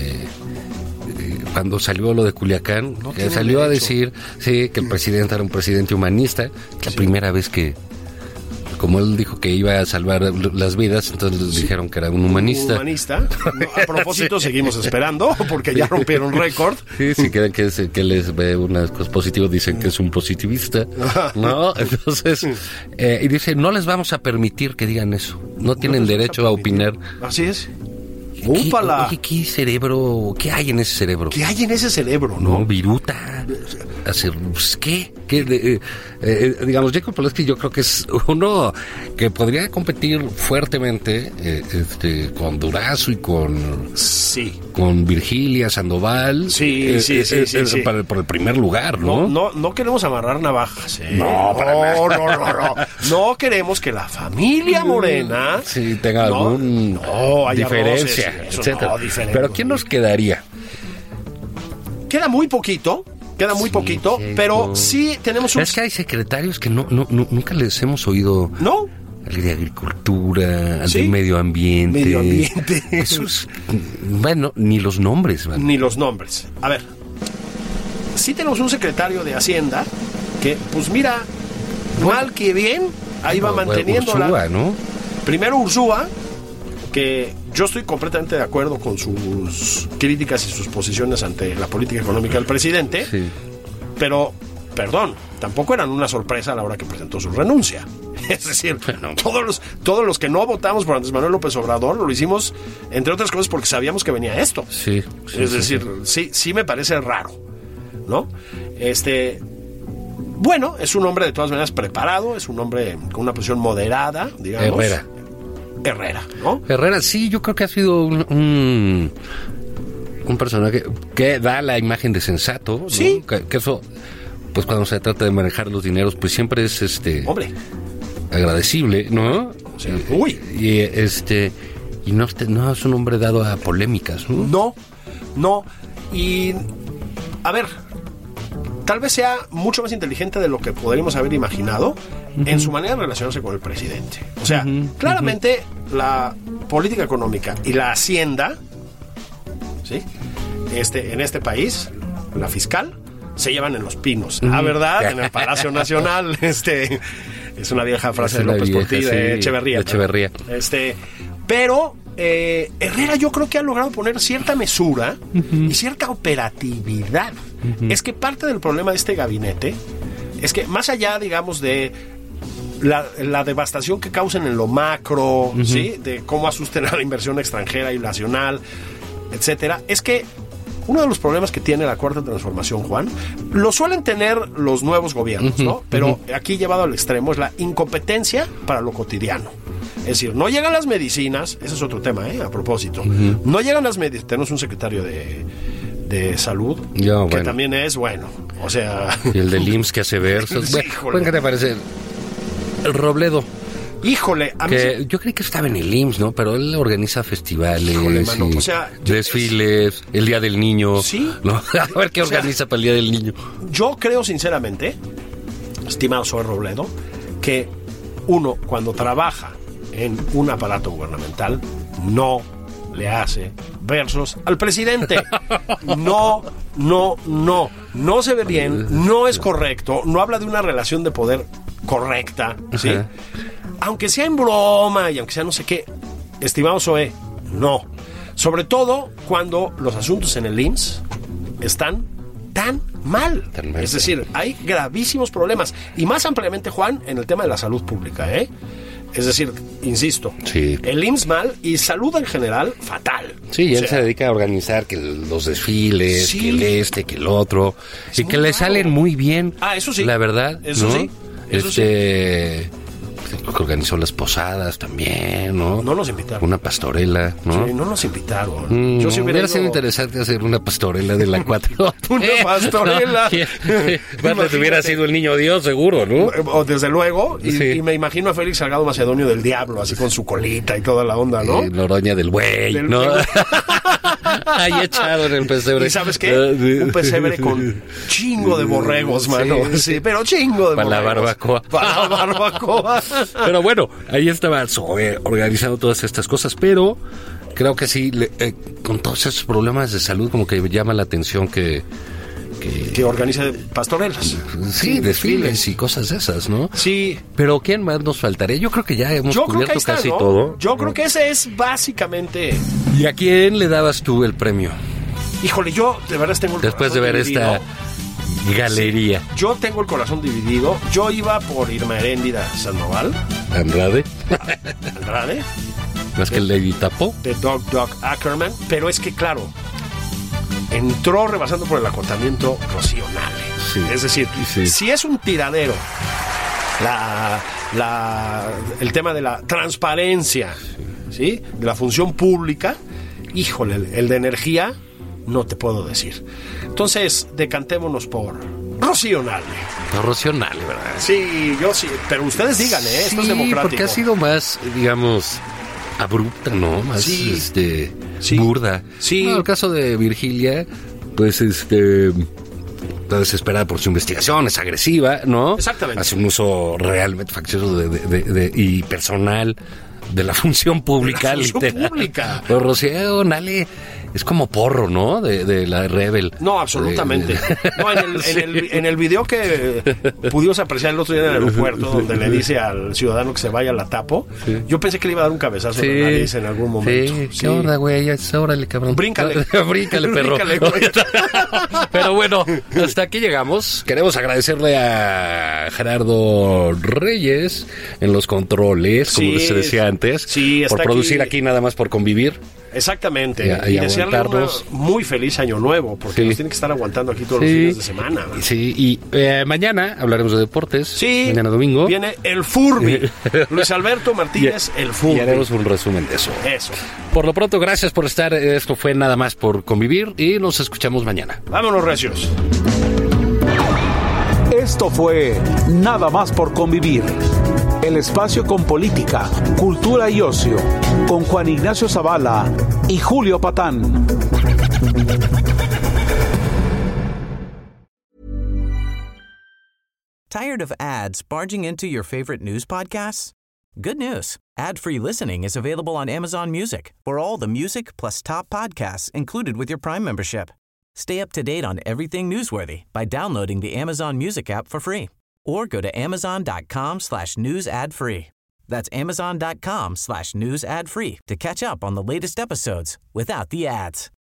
Speaker 4: Cuando salió lo de Culiacán, que salió a decir, que el presidente era un presidente humanista, la primera vez que, como él dijo que iba a salvar las vidas, entonces dijeron que era un humanista.
Speaker 3: A propósito, seguimos esperando, porque ya rompieron récord.
Speaker 4: Sí, si quieren que les ve unas cosas positivas, dicen que es un positivista, ¿no? Entonces, y dice, no les vamos a permitir que digan eso. No tienen derecho a opinar.
Speaker 3: Así es.
Speaker 4: Oye, ¿qué cerebro? ¿Qué hay en ese cerebro?
Speaker 3: ¿Qué hay en ese cerebro, no?
Speaker 4: Viruta. ¿Qué? Digamos, Jacob Polensky yo creo que es uno que podría competir fuertemente con Durazo y con Virgilia Sandoval.
Speaker 3: Sí.
Speaker 4: Por el primer lugar, ¿no?
Speaker 3: No queremos amarrar navajas.
Speaker 4: No,
Speaker 3: No queremos que la familia Morena
Speaker 4: tenga algún diferencia, etcétera. Pero ¿quién nos quedaría?
Speaker 3: Queda muy poquito, pero sí tenemos
Speaker 4: Es que hay secretarios que nunca les hemos oído.
Speaker 3: ¿No?
Speaker 4: Al de Agricultura, al de Medio Ambiente. Esos, bueno, ni los nombres, ¿vale?
Speaker 3: Ni los nombres. A ver, sí tenemos un secretario de Hacienda que, pues mira, mal que bien, ahí va manteniendo
Speaker 4: Ursúa, ¿no?
Speaker 3: Primero Ursúa, que yo estoy completamente de acuerdo con sus críticas y sus posiciones ante la política económica del presidente, pero, perdón, tampoco eran una sorpresa a la hora que presentó su renuncia. Es decir, todos los que no votamos por Andrés Manuel López Obrador lo hicimos, entre otras cosas, porque sabíamos que venía esto. Es decir, sí me parece raro, ¿no? Bueno, es un hombre de todas maneras preparado, es un hombre con una posición moderada, digamos. Herrera, ¿no?
Speaker 4: Herrera, sí, yo creo que ha sido un personaje que da la imagen de sensato, ¿no?
Speaker 3: Sí.
Speaker 4: Que eso, pues cuando se trata de manejar los dineros, pues siempre es
Speaker 3: hombre,
Speaker 4: agradecible, ¿no?
Speaker 3: O sea,
Speaker 4: y no es un hombre dado a polémicas, ¿no?
Speaker 3: No. Y a ver, tal vez sea mucho más inteligente de lo que podríamos haber imaginado en su manera de relacionarse con el presidente. O sea, claramente la política económica y la hacienda, ¿sí? En este país, la fiscal, se llevan en los pinos. La verdad, en el Palacio Nacional, es una vieja frase de López Portillo, de Echeverría. Pero Herrera yo creo que ha logrado poner cierta mesura y cierta operatividad. Es que parte del problema de este gabinete es que más allá, digamos, de la devastación que causan en lo macro, ¿sí? De cómo asusten a la inversión extranjera y nacional, etcétera, es que uno de los problemas que tiene la Cuarta Transformación, Juan, lo suelen tener los nuevos gobiernos, ¿no? Pero aquí llevado al extremo es la incompetencia para lo cotidiano. decir, no llegan las medicinas, ese es otro tema, a propósito. No llegan las medicinas, tenemos un secretario de salud, que también es bueno, o sea...
Speaker 4: Y el del IMSS que hace versos. Bueno, ¿qué te parece? El Robledo.
Speaker 3: Híjole, a mí
Speaker 4: yo creí que estaba en el IMSS, ¿no? Pero él organiza festivales,
Speaker 3: mano, o sea,
Speaker 4: desfiles, el Día del Niño.
Speaker 3: Sí.
Speaker 4: ¿No? A ver qué organiza para el Día del Niño.
Speaker 3: Yo creo sinceramente, estimado Zoe Robledo, que uno cuando trabaja en un aparato gubernamental no le hace versos al presidente. No se ve bien, no es correcto, no habla de una relación de poder correcta, ¿sí? Ajá. Aunque sea en broma y aunque sea no sé qué, estimado Zoe, no. Sobre todo cuando los asuntos en el IMSS están tan mal. Es decir, hay gravísimos problemas. Y más ampliamente, Juan, en el tema de la salud pública, Es decir, insisto, el IMSS mal y salud en general fatal.
Speaker 4: Sí, y él se dedica a organizar que los desfiles, que que el otro, y que le salen muy bien.
Speaker 3: Eso sí.
Speaker 4: La verdad,
Speaker 3: eso
Speaker 4: ¿no?
Speaker 3: sí. Eso sí.
Speaker 4: Que organizó las posadas también, ¿no?
Speaker 3: No nos invitaron.
Speaker 4: Una pastorela, ¿no?
Speaker 3: Sí, no nos invitaron. Yo sí
Speaker 4: hubiera sido interesante hacer una pastorela de la 4.
Speaker 3: Una pastorela.
Speaker 4: Más hubiera sido el niño Dios, seguro, ¿no?
Speaker 3: O desde luego. Y me imagino a Félix Salgado Macedonio del Diablo, así con su colita y toda la onda, ¿no?
Speaker 4: Noroña del buey, ¿no? Ahí echado en el pesebre.
Speaker 3: ¿Y sabes qué? Un pesebre con chingo de borregos, mano. Sí, pero chingo de
Speaker 4: borregos.
Speaker 3: Para la barbacoa.
Speaker 4: Pero bueno, ahí estaba Zoe organizando todas estas cosas, pero creo que sí, con todos esos problemas de salud, como que llama la atención que
Speaker 3: organiza pastorelas.
Speaker 4: Sí, desfiles y cosas de esas, ¿no?
Speaker 3: Sí.
Speaker 4: Pero ¿quién más nos faltaría? Yo creo que ya hemos cubierto casi todo.
Speaker 3: Yo creo que ese es básicamente...
Speaker 4: ¿Y a quién le dabas tú el premio?
Speaker 3: Híjole, yo de verdad tengo el
Speaker 4: después de ver dividido. Esta galería.
Speaker 3: Sí, yo tengo el corazón dividido. Yo iba por Irma Heréndira Sandoval.
Speaker 4: Andrade. Más que el Lady Tapo.
Speaker 3: De Doc Ackerman. Pero es que, claro, entró rebasando por el acotamiento Rocío Nale. Sí. Es decir, si es un tiradero el tema de la transparencia, ¿sí? De la función pública, híjole, el de energía, no te puedo decir. Entonces, decantémonos por Rocío Nale.
Speaker 4: Por Rocío Nale, ¿verdad?
Speaker 3: Sí, yo sí, pero ustedes digan, esto es democrático.
Speaker 4: Porque ha sido más, digamos, abrupta, ¿no? Más, burda.
Speaker 3: Sí.
Speaker 4: No, el caso de Virgilia, pues, está desesperada por su investigación, es agresiva, ¿no?
Speaker 3: Exactamente.
Speaker 4: Hace un uso realmente faccioso y personal de la función pública,
Speaker 3: literal.
Speaker 4: Pero Rocío Nale es como Porro, ¿no? De la Rebel.
Speaker 3: No, absolutamente. No, en el video que pudimos apreciar el otro día en el aeropuerto, donde le dice al ciudadano que se vaya a la Tapo, yo pensé que le iba a dar un cabezazo en la nariz en algún momento.
Speaker 4: Sí. ¿Qué onda, güey? Órale, cabrón.
Speaker 3: Bríncale.
Speaker 4: Bríncale, perro. Pero bueno, hasta aquí llegamos. Queremos agradecerle a Gerardo Reyes en los controles, como se decía antes, por producir aquí nada más por convivir.
Speaker 3: Exactamente. Y desearle un muy feliz año nuevo, porque nos tienen que estar aguantando aquí todos los fines de semana, ¿no?
Speaker 4: Sí, y mañana hablaremos de deportes.
Speaker 3: Sí.
Speaker 4: Mañana domingo.
Speaker 3: Viene el Furby. Luis Alberto Martínez, el Furby.
Speaker 4: Y haremos un resumen de eso. Por lo pronto, gracias por estar. Esto fue Nada Más por Convivir y nos escuchamos mañana.
Speaker 3: Vámonos, recios.
Speaker 2: Esto fue Nada Más por Convivir. El espacio con política, cultura y ocio, con Juan Ignacio Zavala y Julio Patán.
Speaker 1: Tired of ads barging into your favorite news podcasts? Good news. Ad-free listening is available on Amazon Music for all the music plus top podcasts included with your Prime membership. Stay up to date on everything newsworthy by downloading the Amazon Music app for free. Or go to amazon.com/news ad free. That's amazon.com/news ad free to catch up on the latest episodes without the ads.